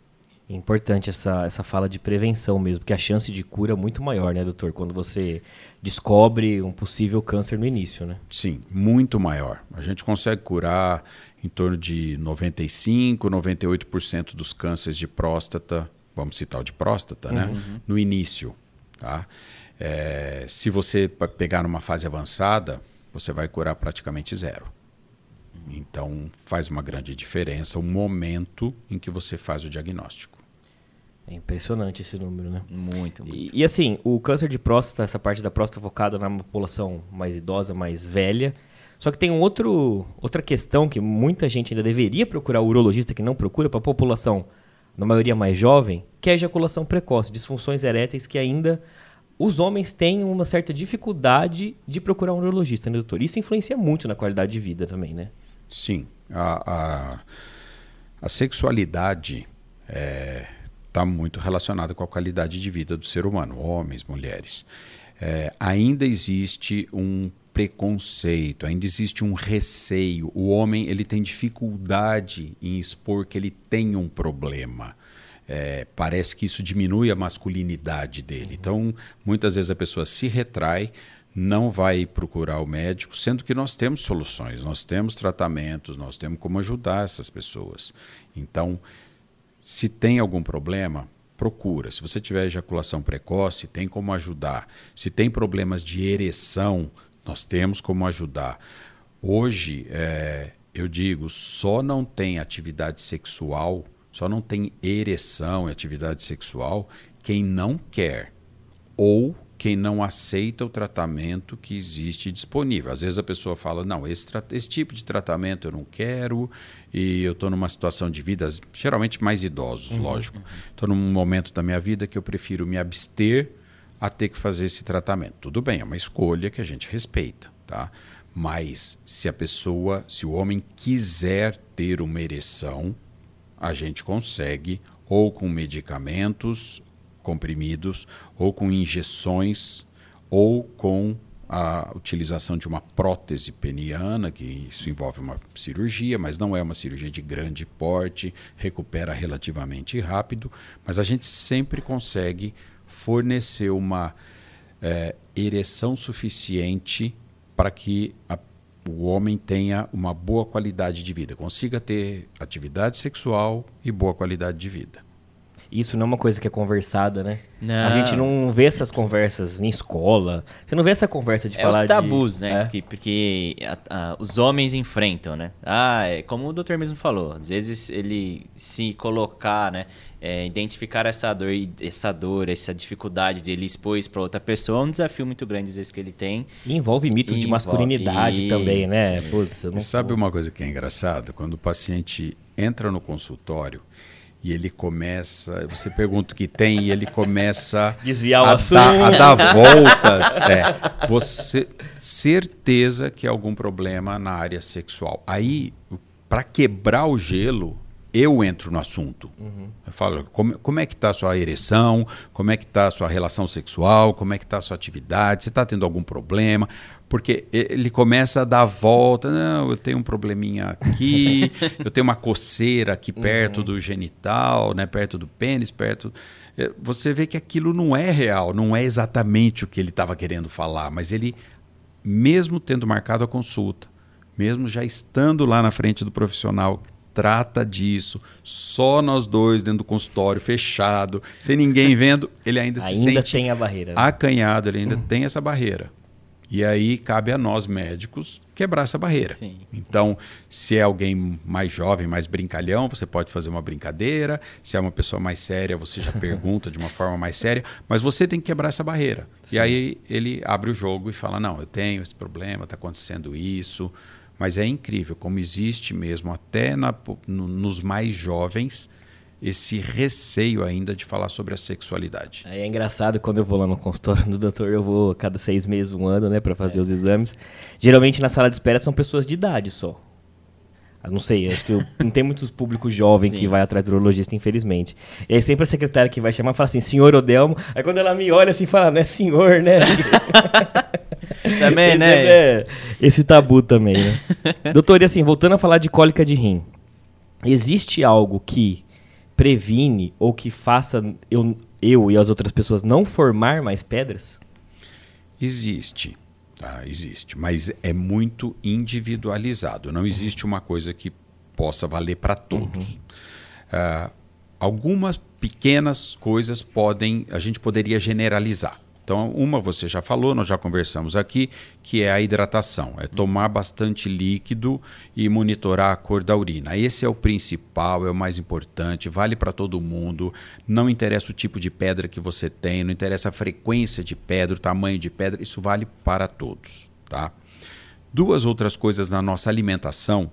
É importante essa fala de prevenção mesmo, porque a chance de cura é muito maior, né, doutor? Quando você descobre um possível câncer no início, né? Sim, muito maior. A gente consegue curar em torno de 95%, 98% dos cânceres de próstata, vamos citar o de próstata, né? No início, tá? Se você pegar numa fase avançada, você vai curar praticamente zero. Então, faz uma grande diferença o momento em que você faz o diagnóstico. É impressionante esse número, né? Muito. E assim, o câncer de próstata, essa parte da próstata focada na população mais idosa, mais velha. Só que tem outra questão que muita gente ainda deveria procurar o urologista, que não procura, para a população, na maioria mais jovem, que é a ejaculação precoce, disfunções eréteis que ainda os homens têm uma certa dificuldade de procurar um urologista, né, doutor? Isso influencia muito na qualidade de vida também, né? Sim. A sexualidade está muito relacionada com a qualidade de vida do ser humano, homens, mulheres. Ainda existe um preconceito, ainda existe um receio. O homem ele tem dificuldade em expor que ele tem um problema. Parece que isso diminui a masculinidade dele. Então, muitas vezes a pessoa se retrai, não vai procurar o médico, sendo que nós temos soluções, nós temos tratamentos, nós temos como ajudar essas pessoas. Então, se tem algum problema, procura. Se você tiver ejaculação precoce, tem como ajudar. Se tem problemas de ereção, nós temos como ajudar. Hoje, eu digo, só não tem atividade sexual, só não tem ereção e atividade sexual quem não quer ou quem não aceita o tratamento que existe disponível. Às vezes a pessoa fala, não, esse tipo de tratamento eu não quero e eu estou numa situação de vida, geralmente mais idosos, lógico. Estou num momento da minha vida que eu prefiro me abster a ter que fazer esse tratamento. Tudo bem, é uma escolha que a gente respeita, tá? Mas se o homem quiser ter uma ereção, a gente consegue ou com medicamentos comprimidos, ou com injeções, ou com a utilização de uma prótese peniana, que isso envolve uma cirurgia, mas não é uma cirurgia de grande porte, recupera relativamente rápido, mas a gente sempre consegue fornecer uma ereção suficiente para que o homem tenha uma boa qualidade de vida, consiga ter atividade sexual e boa qualidade de vida. Isso não é uma coisa que é conversada, né? Não. A gente não vê essas conversas em escola. Você não vê essa conversa de falar os tabus, de... né? Porque os homens enfrentam, né? Como o doutor mesmo falou, às vezes ele se colocar, né? Identificar essa dor, essa dificuldade de ele expor isso para outra pessoa é um desafio muito grande, às vezes, que ele tem. E envolve mitos de masculinidade também, né? Putz, eu não Sabe uma coisa que é engraçada? Quando o paciente entra no consultório e ele começa, você pergunta o que tem e ele começa desviar o assunto, a dar voltas. Você certeza que é algum problema na área sexual. Aí, para quebrar o gelo, eu entro no assunto. Eu falo, como é que está a sua ereção? Como é que está a sua relação sexual? Como é que está a sua atividade? Você está tendo algum problema? Porque ele começa a dar volta. Não, eu tenho um probleminha aqui, eu tenho uma coceira aqui perto do genital, né, perto do pênis, perto... Você vê que aquilo não é real, não é exatamente o que ele estava querendo falar, mas ele, mesmo tendo marcado a consulta, mesmo já estando lá na frente do profissional, trata disso, só nós dois dentro do consultório, fechado, sem ninguém vendo, ele ainda se sente tem a barreira, né? Acanhado, ele ainda tem essa barreira. E aí cabe a nós médicos quebrar essa barreira. Sim. Então, se é alguém mais jovem, mais brincalhão, você pode fazer uma brincadeira. Se é uma pessoa mais séria, você já pergunta de uma forma mais séria. Mas você tem que quebrar essa barreira. Sim. E aí ele abre o jogo e fala, não, eu tenho esse problema, está acontecendo isso. Mas é incrível como existe mesmo, até nos mais jovens, esse receio ainda de falar sobre a sexualidade. É engraçado, quando eu vou lá no consultório do doutor, eu vou a cada 6 meses, 1 ano, né, para fazer os exames. Geralmente na sala de espera são pessoas de idade só. Eu não sei, acho que não tem muito público jovem que vai atrás do urologista, infelizmente. E aí sempre a secretária que vai chamar fala assim, senhor Odelmo. Aí quando ela me olha assim, fala, não é senhor, né? Também, né? Esse tabu também, né? Doutor, e assim, voltando a falar de cólica de rim, existe algo que previne ou que faça eu e as outras pessoas não formar mais pedras? Existe, tá? Existe, mas é muito individualizado. Não existe uma coisa que possa valer para todos. Algumas pequenas coisas a gente poderia generalizar. Então, uma você já falou, nós já conversamos aqui, que é a hidratação. É tomar bastante líquido e monitorar a cor da urina. Esse é o principal, é o mais importante, vale para todo mundo. Não interessa o tipo de pedra que você tem, não interessa a frequência de pedra, o tamanho de pedra, isso vale para todos, tá? Duas outras coisas na nossa alimentação,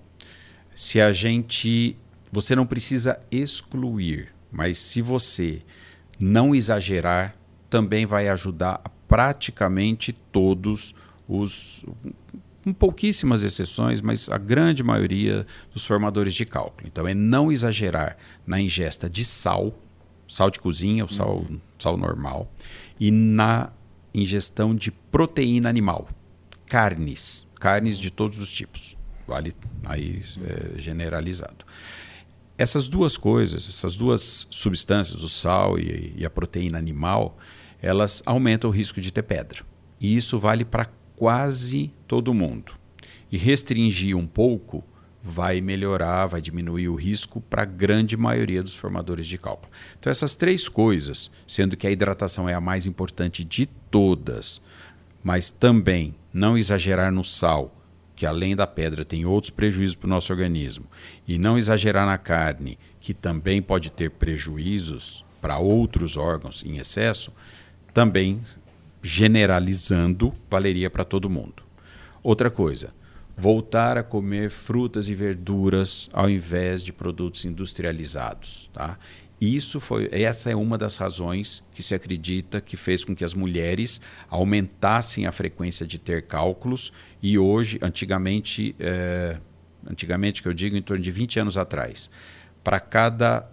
você não precisa excluir, mas se você não exagerar, também vai ajudar a praticamente todos com pouquíssimas exceções, mas a grande maioria dos formadores de cálculo. Então, é não exagerar na ingesta de sal de cozinha, o sal normal, e na ingestão de proteína animal, carnes de todos os tipos. Vale aí generalizado. Essas duas coisas, essas duas substâncias, o sal e a proteína animal, elas aumentam o risco de ter pedra. E isso vale para quase todo mundo. E restringir um pouco vai melhorar, vai diminuir o risco para a grande maioria dos formadores de cálculo. Então essas três coisas, sendo que a hidratação é a mais importante de todas, mas também não exagerar no sal, que além da pedra tem outros prejuízos para o nosso organismo, e não exagerar na carne, que também pode ter prejuízos para outros órgãos em excesso, também generalizando valeria para todo mundo. Outra coisa, voltar a comer frutas e verduras ao invés de produtos industrializados, tá? Essa é uma das razões que se acredita que fez com que as mulheres aumentassem a frequência de ter cálculos e hoje, antigamente que eu digo em torno de 20 anos atrás, para cada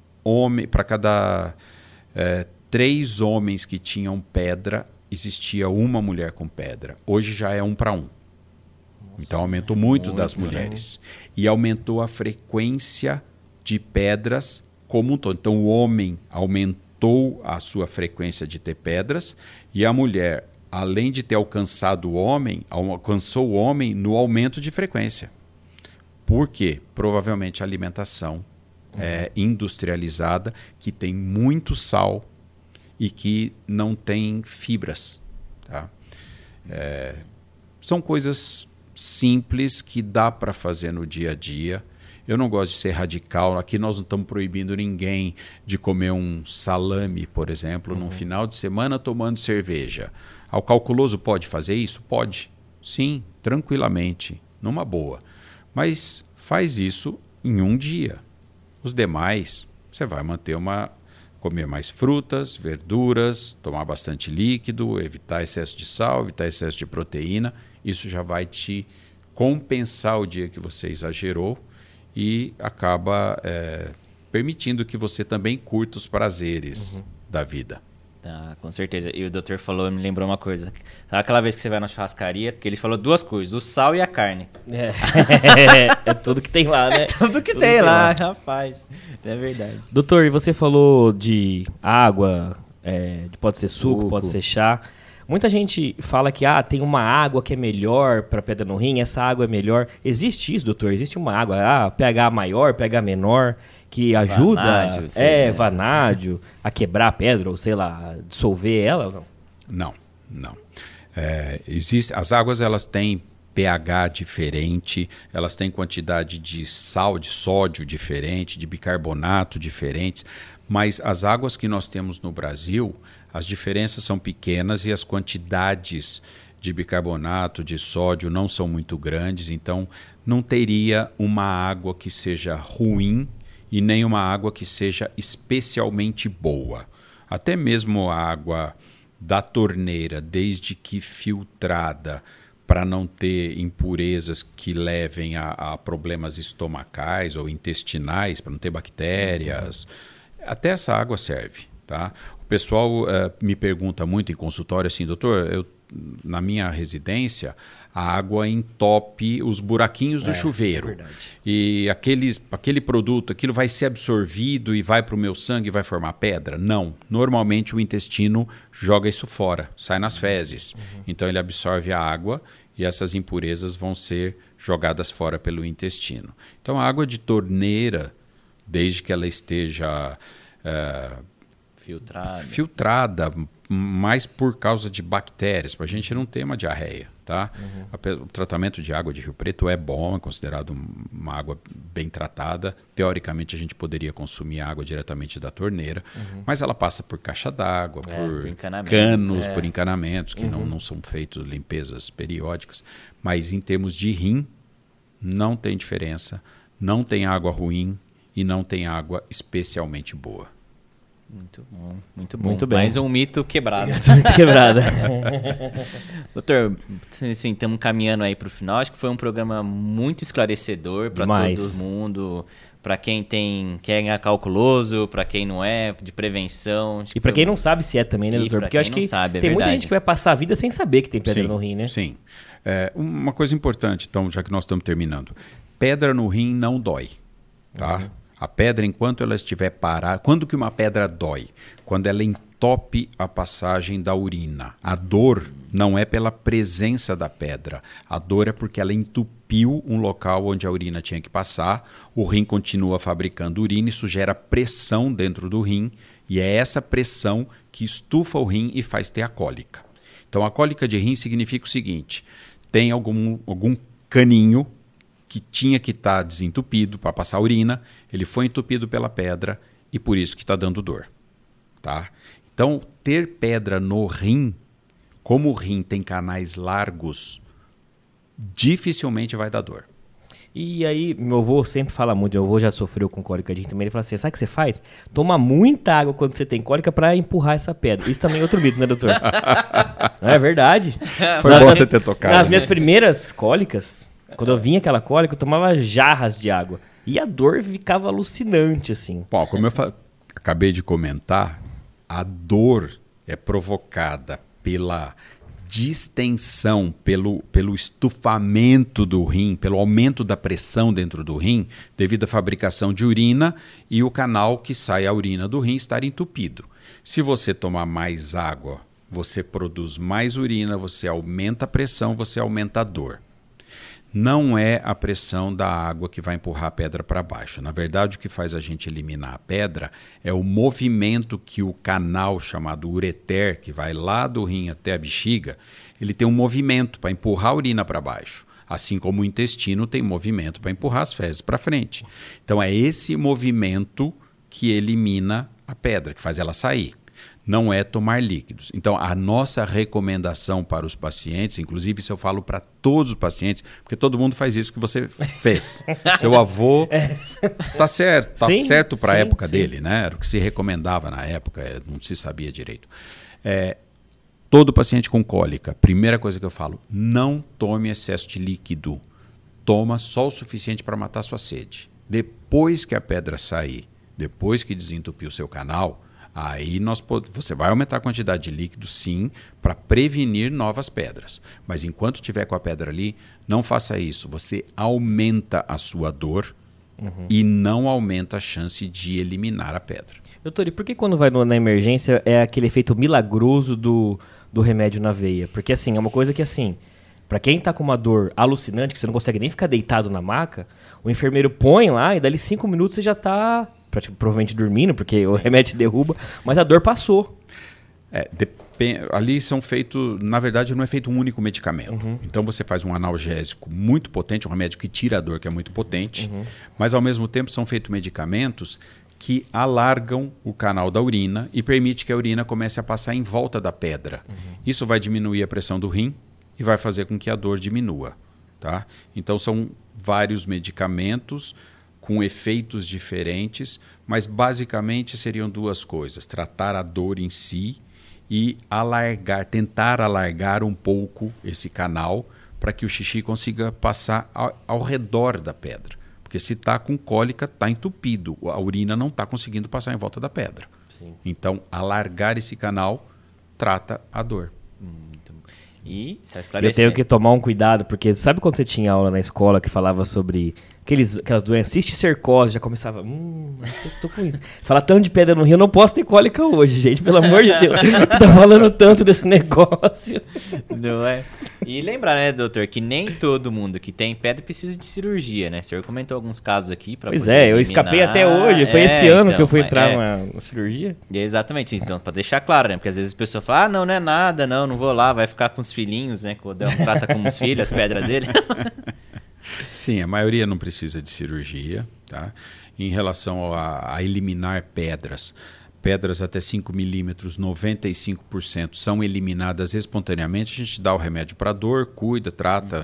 3 homens que tinham pedra, existia uma mulher com pedra. Hoje já é 1 para 1. Então aumentou muito das mulheres. Né? E aumentou a frequência de pedras como um todo. Então o homem aumentou a sua frequência de ter pedras e a mulher, além de ter alcançado o homem, alcançou o homem no aumento de frequência. Por quê? Provavelmente a alimentação industrializada, que tem muito sal e que não tem fibras. Tá? São coisas simples que dá para fazer no dia a dia. Eu não gosto de ser radical. Aqui nós não estamos proibindo ninguém de comer um salame, por exemplo, num final de semana tomando cerveja. O calculoso pode fazer isso? Pode. Sim, tranquilamente, numa boa. Mas faz isso em um dia. Os demais, você vai comer mais frutas, verduras, tomar bastante líquido, evitar excesso de sal, evitar excesso de proteína. Isso já vai te compensar o dia que você exagerou e acaba permitindo que você também curta os prazeres da vida. Tá, com certeza. E o doutor falou, me lembrou uma coisa. Sabe aquela vez que você vai na churrascaria? Porque ele falou 2 coisas, o sal e a carne. É tudo que tem lá, né? É tudo que tem lá, rapaz. É verdade. Doutor, e você falou de água, pode ser suco, pode ser chá. Muita gente fala que tem uma água que é melhor para pedra no rim, essa água é melhor. Existe isso, doutor? Existe uma água, pH maior, pH menor, que ajuda, vanádio, a quebrar a pedra, ou sei lá, dissolver ela ou não? Não. As águas, elas têm pH diferente, elas têm quantidade de sal, de sódio diferente, de bicarbonato diferentes, mas as águas que nós temos no Brasil, as diferenças são pequenas e as quantidades de bicarbonato, de sódio não são muito grandes, então não teria uma água que seja ruim e nem uma água que seja especialmente boa. Até mesmo a água da torneira, desde que filtrada, para não ter impurezas que levem a problemas estomacais ou intestinais, para não ter bactérias, até essa água serve. Tá? O pessoal me pergunta muito em consultório assim, doutor, eu na minha residência, a água entope os buraquinhos do chuveiro. E aquele produto, aquilo vai ser absorvido e vai para o meu sangue e vai formar pedra? Não. Normalmente o intestino joga isso fora, sai nas fezes. Então ele absorve a água e essas impurezas vão ser jogadas fora pelo intestino. Então a água de torneira, desde que ela esteja filtrada, mais por causa de bactérias, para a gente não ter uma diarreia. Tá? O tratamento de água de Rio Preto é bom, é considerado uma água bem tratada. Teoricamente, a gente poderia consumir água diretamente da torneira, mas ela passa por caixa d'água, por canos, por encanamentos, que não são feitos limpezas periódicas. Mas em termos de rim, não tem diferença, não tem água ruim e não tem água especialmente boa. Muito bom, muito bom. Muito bem. Mais um mito quebrado. Muito quebrada. Doutor, assim, estamos caminhando aí para o final. Acho que foi um programa muito esclarecedor para todo mundo. Para quem é calculoso, para quem não é, de prevenção. E para quem não sabe se é também, né, doutor? Porque eu acho que tem muita gente que vai passar a vida sem saber que tem pedra no rim, né? Sim. Uma coisa importante, então, já que nós estamos terminando. Pedra no rim não dói, tá? A pedra, enquanto ela estiver parada... Quando que uma pedra dói? Quando ela entope a passagem da urina. A dor não é pela presença da pedra. A dor é porque ela entupiu um local onde a urina tinha que passar. O rim continua fabricando urina, isso gera pressão dentro do rim. E é essa pressão que estufa o rim e faz ter a cólica. Então, a cólica de rim significa o seguinte. Tem algum caninho que tinha que estar desentupido para passar a urina, ele foi entupido pela pedra e por isso que está dando dor. Tá? Então, ter pedra no rim, como o rim tem canais largos, dificilmente vai dar dor. E aí, meu avô sempre fala muito, meu avô já sofreu com cólica de rim também, ele fala assim, sabe o que você faz? Toma muita água quando você tem cólica para empurrar essa pedra. Isso também é outro mito, né, doutor? É verdade. Foi bom você ter tocado. Nas minhas primeiras cólicas, quando eu vinha aquela cólica, eu tomava jarras de água. E a dor ficava alucinante, assim. Bom, como eu acabei de comentar, a dor é provocada pela distensão, pelo estufamento do rim, pelo aumento da pressão dentro do rim, devido à fabricação de urina e o canal que sai a urina do rim estar entupido. Se você tomar mais água, você produz mais urina, você aumenta a pressão, você aumenta a dor. Não é a pressão da água que vai empurrar a pedra para baixo. Na verdade, o que faz a gente eliminar a pedra é o movimento que o canal chamado ureter, que vai lá do rim até a bexiga, ele tem um movimento para empurrar a urina para baixo. Assim como o intestino tem movimento para empurrar as fezes para frente. Então é esse movimento que elimina a pedra, que faz ela sair. Não é tomar líquidos. Então, a nossa recomendação para os pacientes, inclusive isso eu falo para todos os pacientes, porque todo mundo faz isso que você fez. Seu avô está certo, está certo para a época dele, né? Era o que se recomendava na época, não se sabia direito. Todo paciente com cólica, primeira coisa que eu falo, não tome excesso de líquido. Toma só o suficiente para matar sua sede. Depois que a pedra sair, depois que desentupir o seu canal, aí você vai aumentar a quantidade de líquido, sim, para prevenir novas pedras. Mas enquanto estiver com a pedra ali, não faça isso. Você aumenta a sua dor e não aumenta a chance de eliminar a pedra. Doutor, e por que quando vai na emergência é aquele efeito milagroso do remédio na veia? Porque assim, é uma coisa que assim, para quem tá com uma dor alucinante, que você não consegue nem ficar deitado na maca, o enfermeiro põe lá e dali 5 minutos você já tá... provavelmente dormindo, porque o remédio derruba, mas a dor passou. Ali são feitos, na verdade não é feito um único medicamento. Então você faz um analgésico muito potente, um remédio que tira a dor, que é muito potente, mas ao mesmo tempo são feitos medicamentos que alargam o canal da urina e permite que a urina comece a passar em volta da pedra. Isso vai diminuir a pressão do rim e vai fazer com que a dor diminua. Tá? Então são vários medicamentos com efeitos diferentes, mas basicamente seriam duas coisas: tratar a dor em si e tentar alargar um pouco esse canal para que o xixi consiga passar ao redor da pedra. Porque se está com cólica, está entupido, a urina não está conseguindo passar em volta da pedra. Sim. Então, alargar esse canal trata a dor. E só Eu esclarecer. tenho que tomar um cuidado, porque sabe quando você tinha aula na escola que falava sobre aquelas doenças, cisticercose, já começava, acho que eu tô com isso. Falar tanto de pedra no rio, eu não posso ter cólica hoje, gente, pelo amor de Deus. Tá falando tanto desse negócio. Não é? E lembrar, né, doutor, que nem todo mundo que tem pedra precisa de cirurgia, né? O senhor comentou alguns casos aqui para Pois é, eu escapei até hoje, foi esse ano que eu fui entrar numa cirurgia. Exatamente, então, para deixar claro, né? Porque às vezes a pessoa fala, não é nada, não vou lá, vai ficar com os filhinhos, né? Que o Odão trata como os filhos, as pedras dele. Sim, a maioria não precisa de cirurgia, tá? Em relação a eliminar pedras até 5 milímetros, 95% são eliminadas espontaneamente. A gente dá o remédio para dor, cuida, trata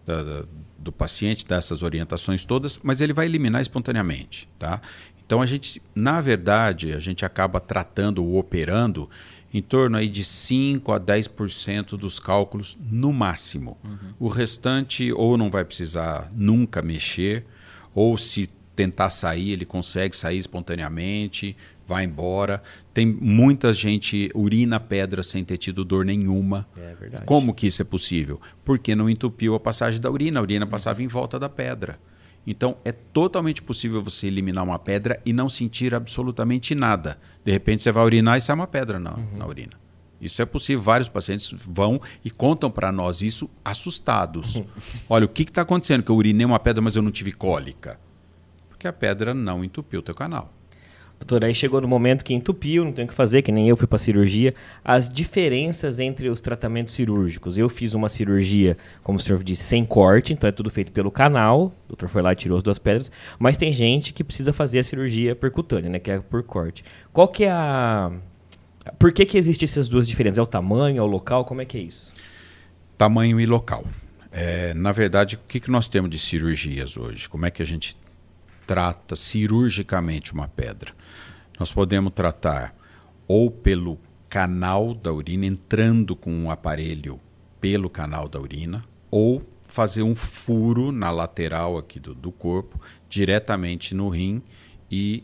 do paciente, dá essas orientações todas, mas ele vai eliminar espontaneamente, tá? Então, na verdade, a gente acaba tratando ou operando em torno aí de 5 a 10% dos cálculos no máximo. O restante ou não vai precisar nunca mexer, ou se tentar sair, ele consegue sair espontaneamente, vai embora. Tem muita gente urina pedra sem ter tido dor nenhuma. É verdade. Como que isso é possível? Porque não entupiu a passagem da urina. A urina passava em volta da pedra. Então, é totalmente possível você eliminar uma pedra e não sentir absolutamente nada. De repente, você vai urinar e sai uma pedra na urina. Isso é possível. Vários pacientes vão e contam para nós isso assustados. Olha, o que está acontecendo? Que eu urinei uma pedra, mas eu não tive cólica. Porque a pedra não entupiu o teu canal. Doutor, aí chegou no momento que entupiu, não tem o que fazer, que nem eu fui para cirurgia. As diferenças entre os tratamentos cirúrgicos. Eu fiz uma cirurgia, como o senhor disse, sem corte, então é tudo feito pelo canal. O doutor foi lá e tirou as 2 pedras. Mas tem gente que precisa fazer a cirurgia percutânea, né, que é por corte. Qual que é a... Por que existem essas duas diferenças? É o tamanho, é o local? Como é que é isso? Tamanho e local. Na verdade, o que nós temos de cirurgias hoje? Como é que a gente trata cirurgicamente uma pedra? Nós podemos tratar ou pelo canal da urina, entrando com um aparelho pelo canal da urina, ou fazer um furo na lateral aqui do corpo, diretamente no rim e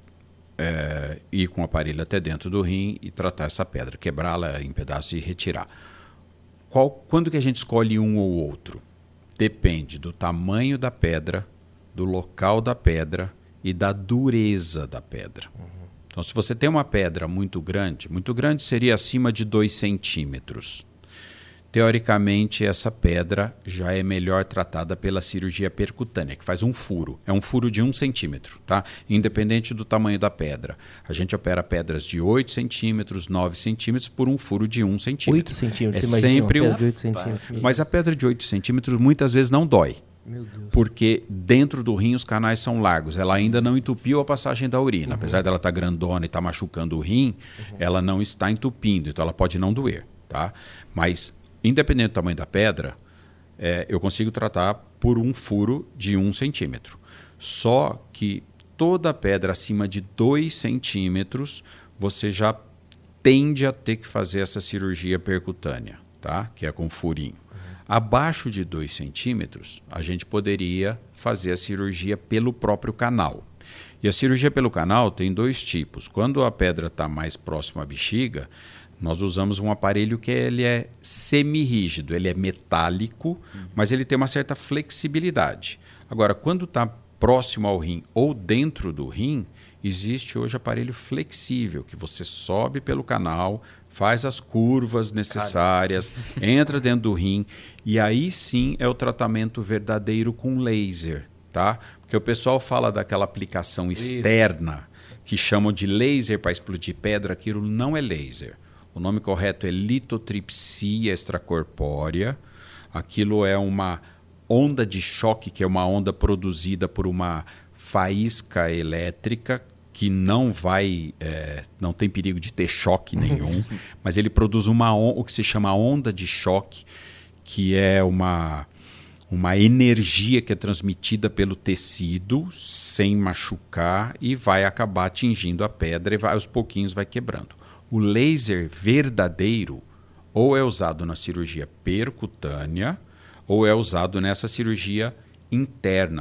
ir com o aparelho até dentro do rim e tratar essa pedra, quebrá-la em pedaços e retirar. Quando que a gente escolhe um ou outro? Depende do tamanho da pedra, do local da pedra e da dureza da pedra. Então, se você tem uma pedra muito grande seria acima de 2 centímetros. Teoricamente, essa pedra já é melhor tratada pela cirurgia percutânea, que faz um furo. É um furo de 1 centímetro, tá? Independente do tamanho da pedra. A gente opera pedras de 8 centímetros, 9 centímetros por um furo de 1 centímetro. 8 centímetros, é você imagina sempre uma pedra de 8 centímetros. Mas a pedra de 8 centímetros muitas vezes não dói. Meu Deus. Porque dentro do rim os canais são largos. Ela ainda não entupiu a passagem da urina. Apesar dela estar grandona e estar machucando o rim, ela não está entupindo. Então ela pode não doer, tá? Mas, independente do tamanho da pedra, eu consigo tratar por um furo de 1 centímetro. Só que toda pedra acima de 2 centímetros, você já tende a ter que fazer essa cirurgia percutânea, tá? Que é com furinho. Abaixo de 2 centímetros, a gente poderia fazer a cirurgia pelo próprio canal. E a cirurgia pelo canal tem 2 tipos. Quando a pedra está mais próxima à bexiga, nós usamos um aparelho que ele é semirrígido, ele é metálico, mas ele tem uma certa flexibilidade. Agora, quando está próximo ao rim ou dentro do rim, existe hoje aparelho flexível, que você sobe pelo canal, faz as curvas necessárias, entra dentro do rim, e aí sim é o tratamento verdadeiro com laser, tá? Porque o pessoal fala daquela aplicação externa, que chamam de laser para explodir pedra, aquilo não é laser. O nome correto é litotripsia extracorpórea. Aquilo é uma onda de choque, que é uma onda produzida por uma faísca elétrica, que não tem perigo de ter choque nenhum, mas ele produz o que se chama onda de choque, que é uma energia que é transmitida pelo tecido sem machucar e vai acabar atingindo a pedra e aos pouquinhos vai quebrando. O laser verdadeiro ou é usado na cirurgia percutânea ou é usado nessa cirurgia interna,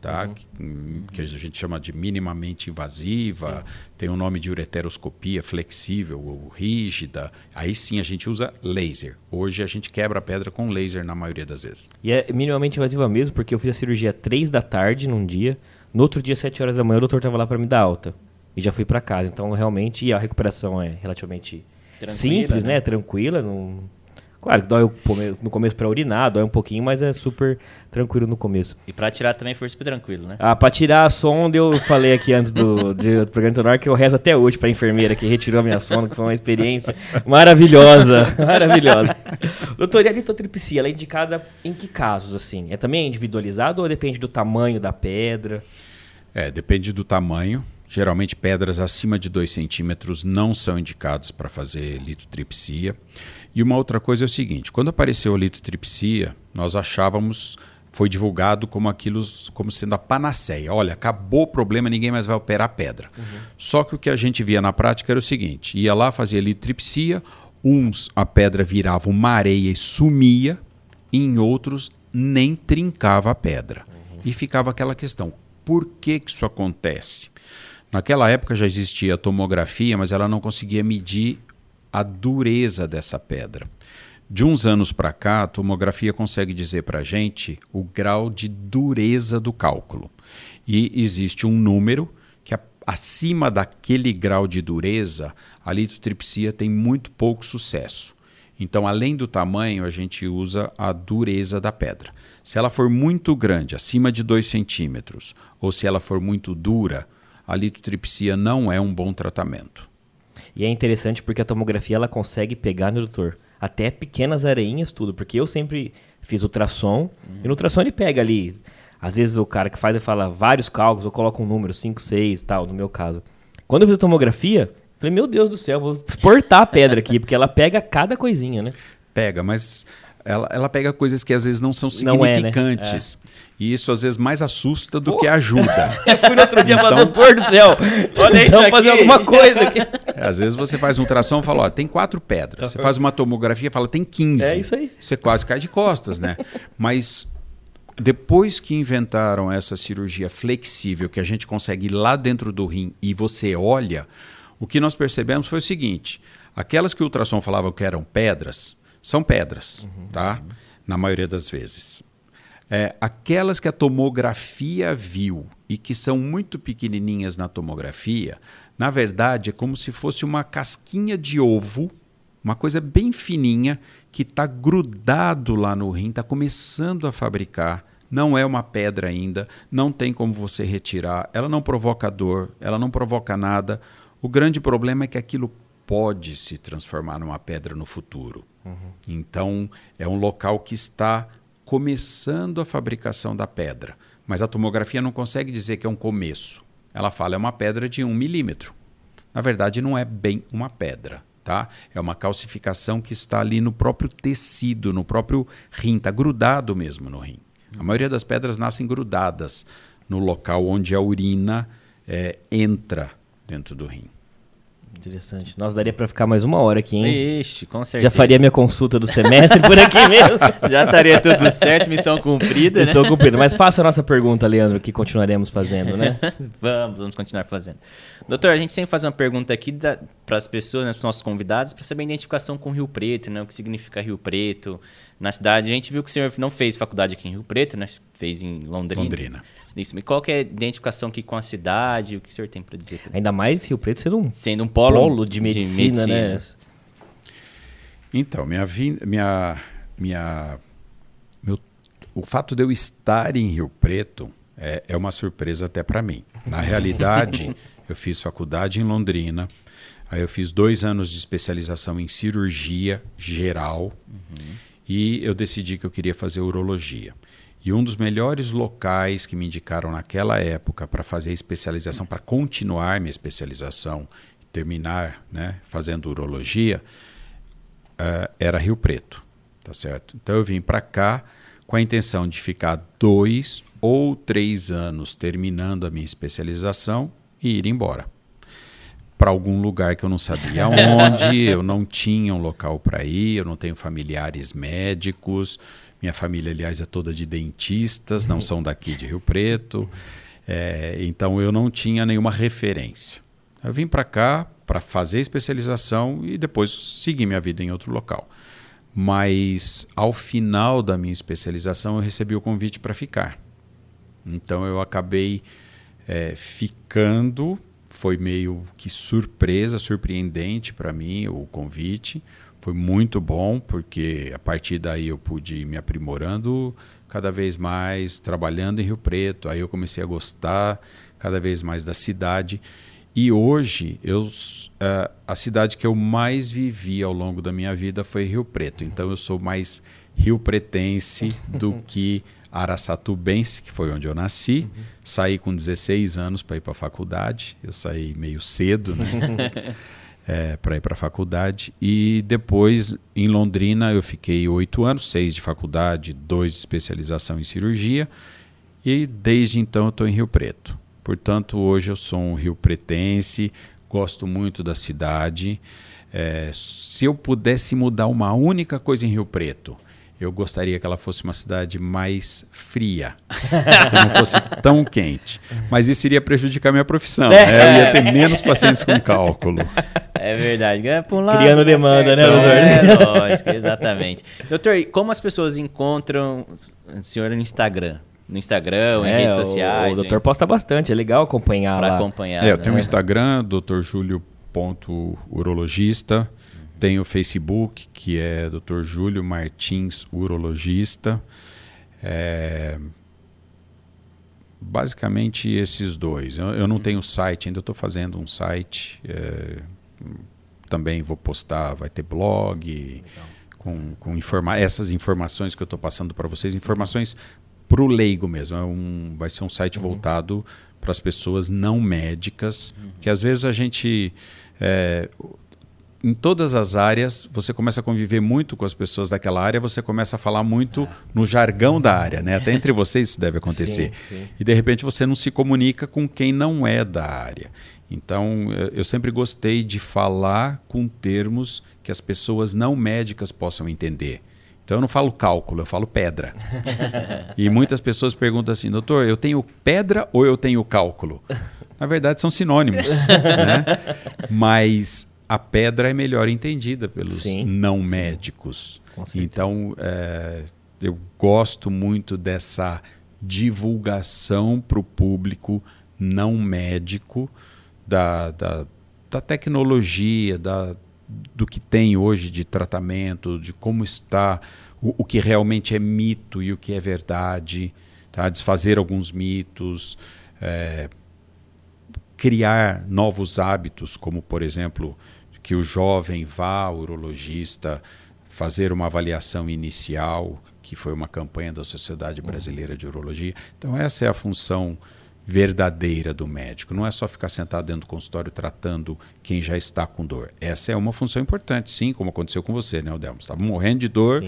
tá? Que a gente chama de minimamente invasiva, tem o nome de ureteroscopia flexível ou rígida. Aí sim a gente usa laser. Hoje a gente quebra a pedra com laser na maioria das vezes. E é minimamente invasiva mesmo, porque eu fiz a cirurgia 3 da tarde num dia, no outro dia, 7 horas da manhã, o doutor estava lá para me dar alta. E já fui para casa. Então, realmente, a recuperação é relativamente simples, né? Tranquila. Não... Claro que dói no começo para urinar, dói um pouquinho, mas é super tranquilo no começo. E para tirar também foi super tranquilo, né? Ah, para tirar a sonda, eu falei aqui antes do programa do que eu rezo até hoje para a enfermeira que retirou a minha sonda, que foi uma experiência maravilhosa. Maravilhosa. Doutor, e a litotripsia, ela é indicada em que casos, assim? É também individualizado ou depende do tamanho da pedra? Depende do tamanho. Geralmente pedras acima de 2 centímetros não são indicadas para fazer litotripsia. E uma outra coisa é o seguinte, quando apareceu a litotripsia, nós achávamos, foi divulgado como sendo a panaceia. Olha, acabou o problema, ninguém mais vai operar pedra. Só que o que a gente via na prática era o seguinte, ia lá, fazia litotripsia, uns a pedra virava uma areia e sumia, e em outros nem trincava a pedra. E ficava aquela questão, por que isso acontece? Naquela época já existia a tomografia, mas ela não conseguia medir a dureza dessa pedra. De uns anos para cá, a tomografia consegue dizer para a gente o grau de dureza do cálculo. E existe um número que, acima daquele grau de dureza, a litotripsia tem muito pouco sucesso. Então, além do tamanho, a gente usa a dureza da pedra. Se ela for muito grande, acima de 2 centímetros, ou se ela for muito dura, a litotripsia não é um bom tratamento. E é interessante porque a tomografia ela consegue pegar, né, doutor? Até pequenas areinhas, tudo. Porque eu sempre fiz ultrassom, e no ultrassom ele pega ali. Às vezes o cara que faz, ele fala vários cálculos, eu coloco um número, 5, 6 tal, no meu caso. Quando eu fiz a tomografia, falei, meu Deus do céu, vou exportar a pedra aqui, porque ela pega cada coisinha, né? Pega, mas ela pega coisas que às vezes não são significantes. Não é, né? E isso às vezes mais assusta do que ajuda. Eu fui no outro dia e falei, doutor do céu, olha isso aqui. Fazer alguma coisa aqui. Às vezes você faz um ultrassom e fala, ó, tem 4 pedras. Você faz uma tomografia e fala, tem 15. É isso aí. Você quase cai de costas, né? Mas depois que inventaram essa cirurgia flexível, que a gente consegue ir lá dentro do rim e você olha, o que nós percebemos foi o seguinte, aquelas que o ultrassom falava que eram pedras, são pedras, tá? Na maioria das vezes. Aquelas que a tomografia viu e que são muito pequenininhas na tomografia, na verdade é como se fosse uma casquinha de ovo, uma coisa bem fininha que está grudado lá no rim, está começando a fabricar, não é uma pedra ainda, não tem como você retirar, ela não provoca dor, ela não provoca nada. O grande problema é que aquilo pode se transformar numa pedra no futuro. Então, é um local que está começando a fabricação da pedra. Mas a tomografia não consegue dizer que é um começo. Ela fala é uma pedra de 1 milímetro. Na verdade, não é bem uma pedra. Tá? É uma calcificação que está ali no próprio tecido, no próprio rim. Está grudado mesmo no rim. A maioria das pedras nascem grudadas no local onde a urina entra dentro do rim. Interessante. Nossa, daria para ficar mais 1 hora aqui, hein? Ixi, com certeza. Já faria minha consulta do semestre por aqui mesmo. Já estaria tudo certo, missão cumprida, missão cumprida. Mas faça a nossa pergunta, Leandro, que continuaremos fazendo, né? Vamos continuar fazendo. Doutor, a gente sempre faz uma pergunta aqui para as pessoas, né, para os nossos convidados, para saber a identificação com Rio Preto, né? O que significa Rio Preto na cidade. A gente viu que o senhor não fez faculdade aqui em Rio Preto, né? Fez em Londrina. Isso. E qual que é a identificação aqui com a cidade? O que o senhor tem para dizer? Ainda mais Rio Preto sendo um polo de medicina, né? Então, o fato de eu estar em Rio Preto é uma surpresa até para mim. Na realidade, eu fiz faculdade em Londrina, aí eu fiz 2 anos de especialização em cirurgia geral e eu decidi que eu queria fazer urologia. E um dos melhores locais que me indicaram naquela época para fazer a especialização, para continuar minha especialização e terminar, né, fazendo urologia, era Rio Preto, tá certo? Então eu vim para cá com a intenção de ficar 2 ou 3 anos terminando a minha especialização e ir embora. Para algum lugar que eu não sabia onde, eu não tinha um local para ir, eu não tenho familiares médicos. Minha família, aliás, é toda de dentistas, não são daqui de Rio Preto. Então, eu não tinha nenhuma referência. Eu vim para cá para fazer especialização e depois seguir minha vida em outro local. Mas, ao final da minha especialização, eu recebi o convite para ficar. Então, eu acabei ficando. Foi meio que surpreendente para mim o convite. Foi muito bom, porque a partir daí eu pude ir me aprimorando cada vez mais, trabalhando em Rio Preto. Aí eu comecei a gostar cada vez mais da cidade. E hoje, a cidade que eu mais vivi ao longo da minha vida foi Rio Preto. Então eu sou mais riopretense do que araçatubense, que foi onde eu nasci. Saí com 16 anos para ir para a faculdade. Eu saí meio cedo, né? Para ir para a faculdade. E depois, em Londrina, eu fiquei 8 anos, 6 de faculdade, 2 de especialização em cirurgia. E desde então eu estou em Rio Preto. Portanto, hoje eu sou um riopretense, gosto muito da cidade. Se eu pudesse mudar uma única coisa em Rio Preto, eu gostaria que ela fosse uma cidade mais fria, que não fosse tão quente. Mas isso iria prejudicar minha profissão, né? Eu ia ter menos pacientes com cálculo. É verdade. Por um lado, criando demanda, né, doutor? Lógico, exatamente. Doutor, como as pessoas encontram o senhor no Instagram? No Instagram, ou em redes sociais? O doutor posta bastante, é legal acompanhar pra lá. Acompanhar. Eu tenho um Instagram, drjulio.urologista. Tem o Facebook, que é Dr. Júlio Martins Urologista. Basicamente esses dois. Eu não tenho site, ainda estou fazendo um site. Também vou postar, vai ter blog, com essas informações que eu estou passando para vocês, informações para o leigo mesmo. Vai ser um site voltado para as pessoas não médicas, que às vezes a gente... em todas as áreas, você começa a conviver muito com as pessoas daquela área, você começa a falar muito no jargão da área, né? Até entre vocês isso deve acontecer. Sim. E de repente você não se comunica com quem não é da área. Então, eu sempre gostei de falar com termos que as pessoas não médicas possam entender. Então, eu não falo cálculo, eu falo pedra. E muitas pessoas perguntam assim, doutor, eu tenho pedra ou eu tenho cálculo? Na verdade, são sinônimos, né? Mas a pedra é melhor entendida pelos não médicos. Então, eu gosto muito dessa divulgação para o público não médico da tecnologia, do que tem hoje de tratamento, de como está, o que realmente é mito e o que é verdade, tá? Desfazer alguns mitos, criar novos hábitos, como, por exemplo, que o jovem vá ao urologista fazer uma avaliação inicial, que foi uma campanha da Sociedade Brasileira de Urologia. Então, essa é a função verdadeira do médico. Não é só ficar sentado dentro do consultório tratando quem já está com dor. Essa é uma função importante, sim, como aconteceu com você, né, Odelmo? Você estava morrendo de dor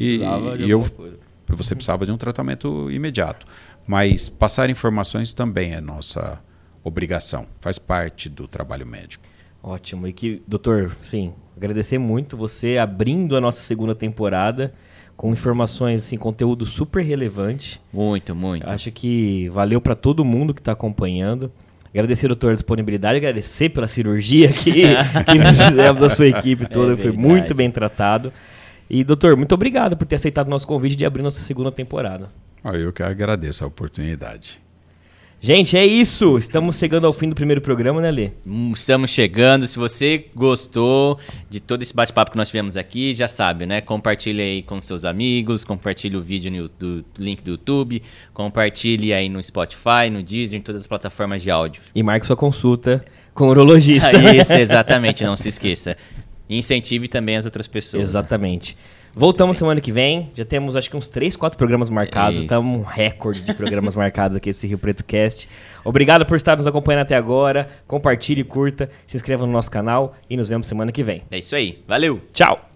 você precisava de um tratamento imediato. Mas passar informações também é nossa obrigação, faz parte do trabalho médico. Ótimo. E que, doutor, sim, agradecer muito você abrindo a nossa segunda temporada com informações, assim, conteúdo super relevante. Muito, muito. Acho que valeu para todo mundo que está acompanhando. Agradecer, doutor, a disponibilidade, agradecer pela cirurgia que nós fizemos da sua equipe toda, foi muito bem tratado. E, doutor, muito obrigado por ter aceitado o nosso convite de abrir nossa segunda temporada. Eu que agradeço a oportunidade. Gente, é isso. Estamos chegando ao fim do primeiro programa, né, Lê? Estamos chegando. Se você gostou de todo esse bate-papo que nós tivemos aqui, já sabe, né? Compartilhe aí com seus amigos, compartilhe o vídeo do link do YouTube, compartilhe aí no Spotify, no Deezer, em todas as plataformas de áudio. E marque sua consulta com o urologista. Isso, exatamente. Não se esqueça. E incentive também as outras pessoas. Exatamente. Voltamos semana que vem. Já temos acho que uns 3, 4 programas marcados. Estamos um recorde de programas marcados aqui, esse Rio Preto Cast. Obrigado por estar nos acompanhando até agora. Compartilhe, curta, se inscreva no nosso canal e nos vemos semana que vem. É isso aí. Valeu. Tchau.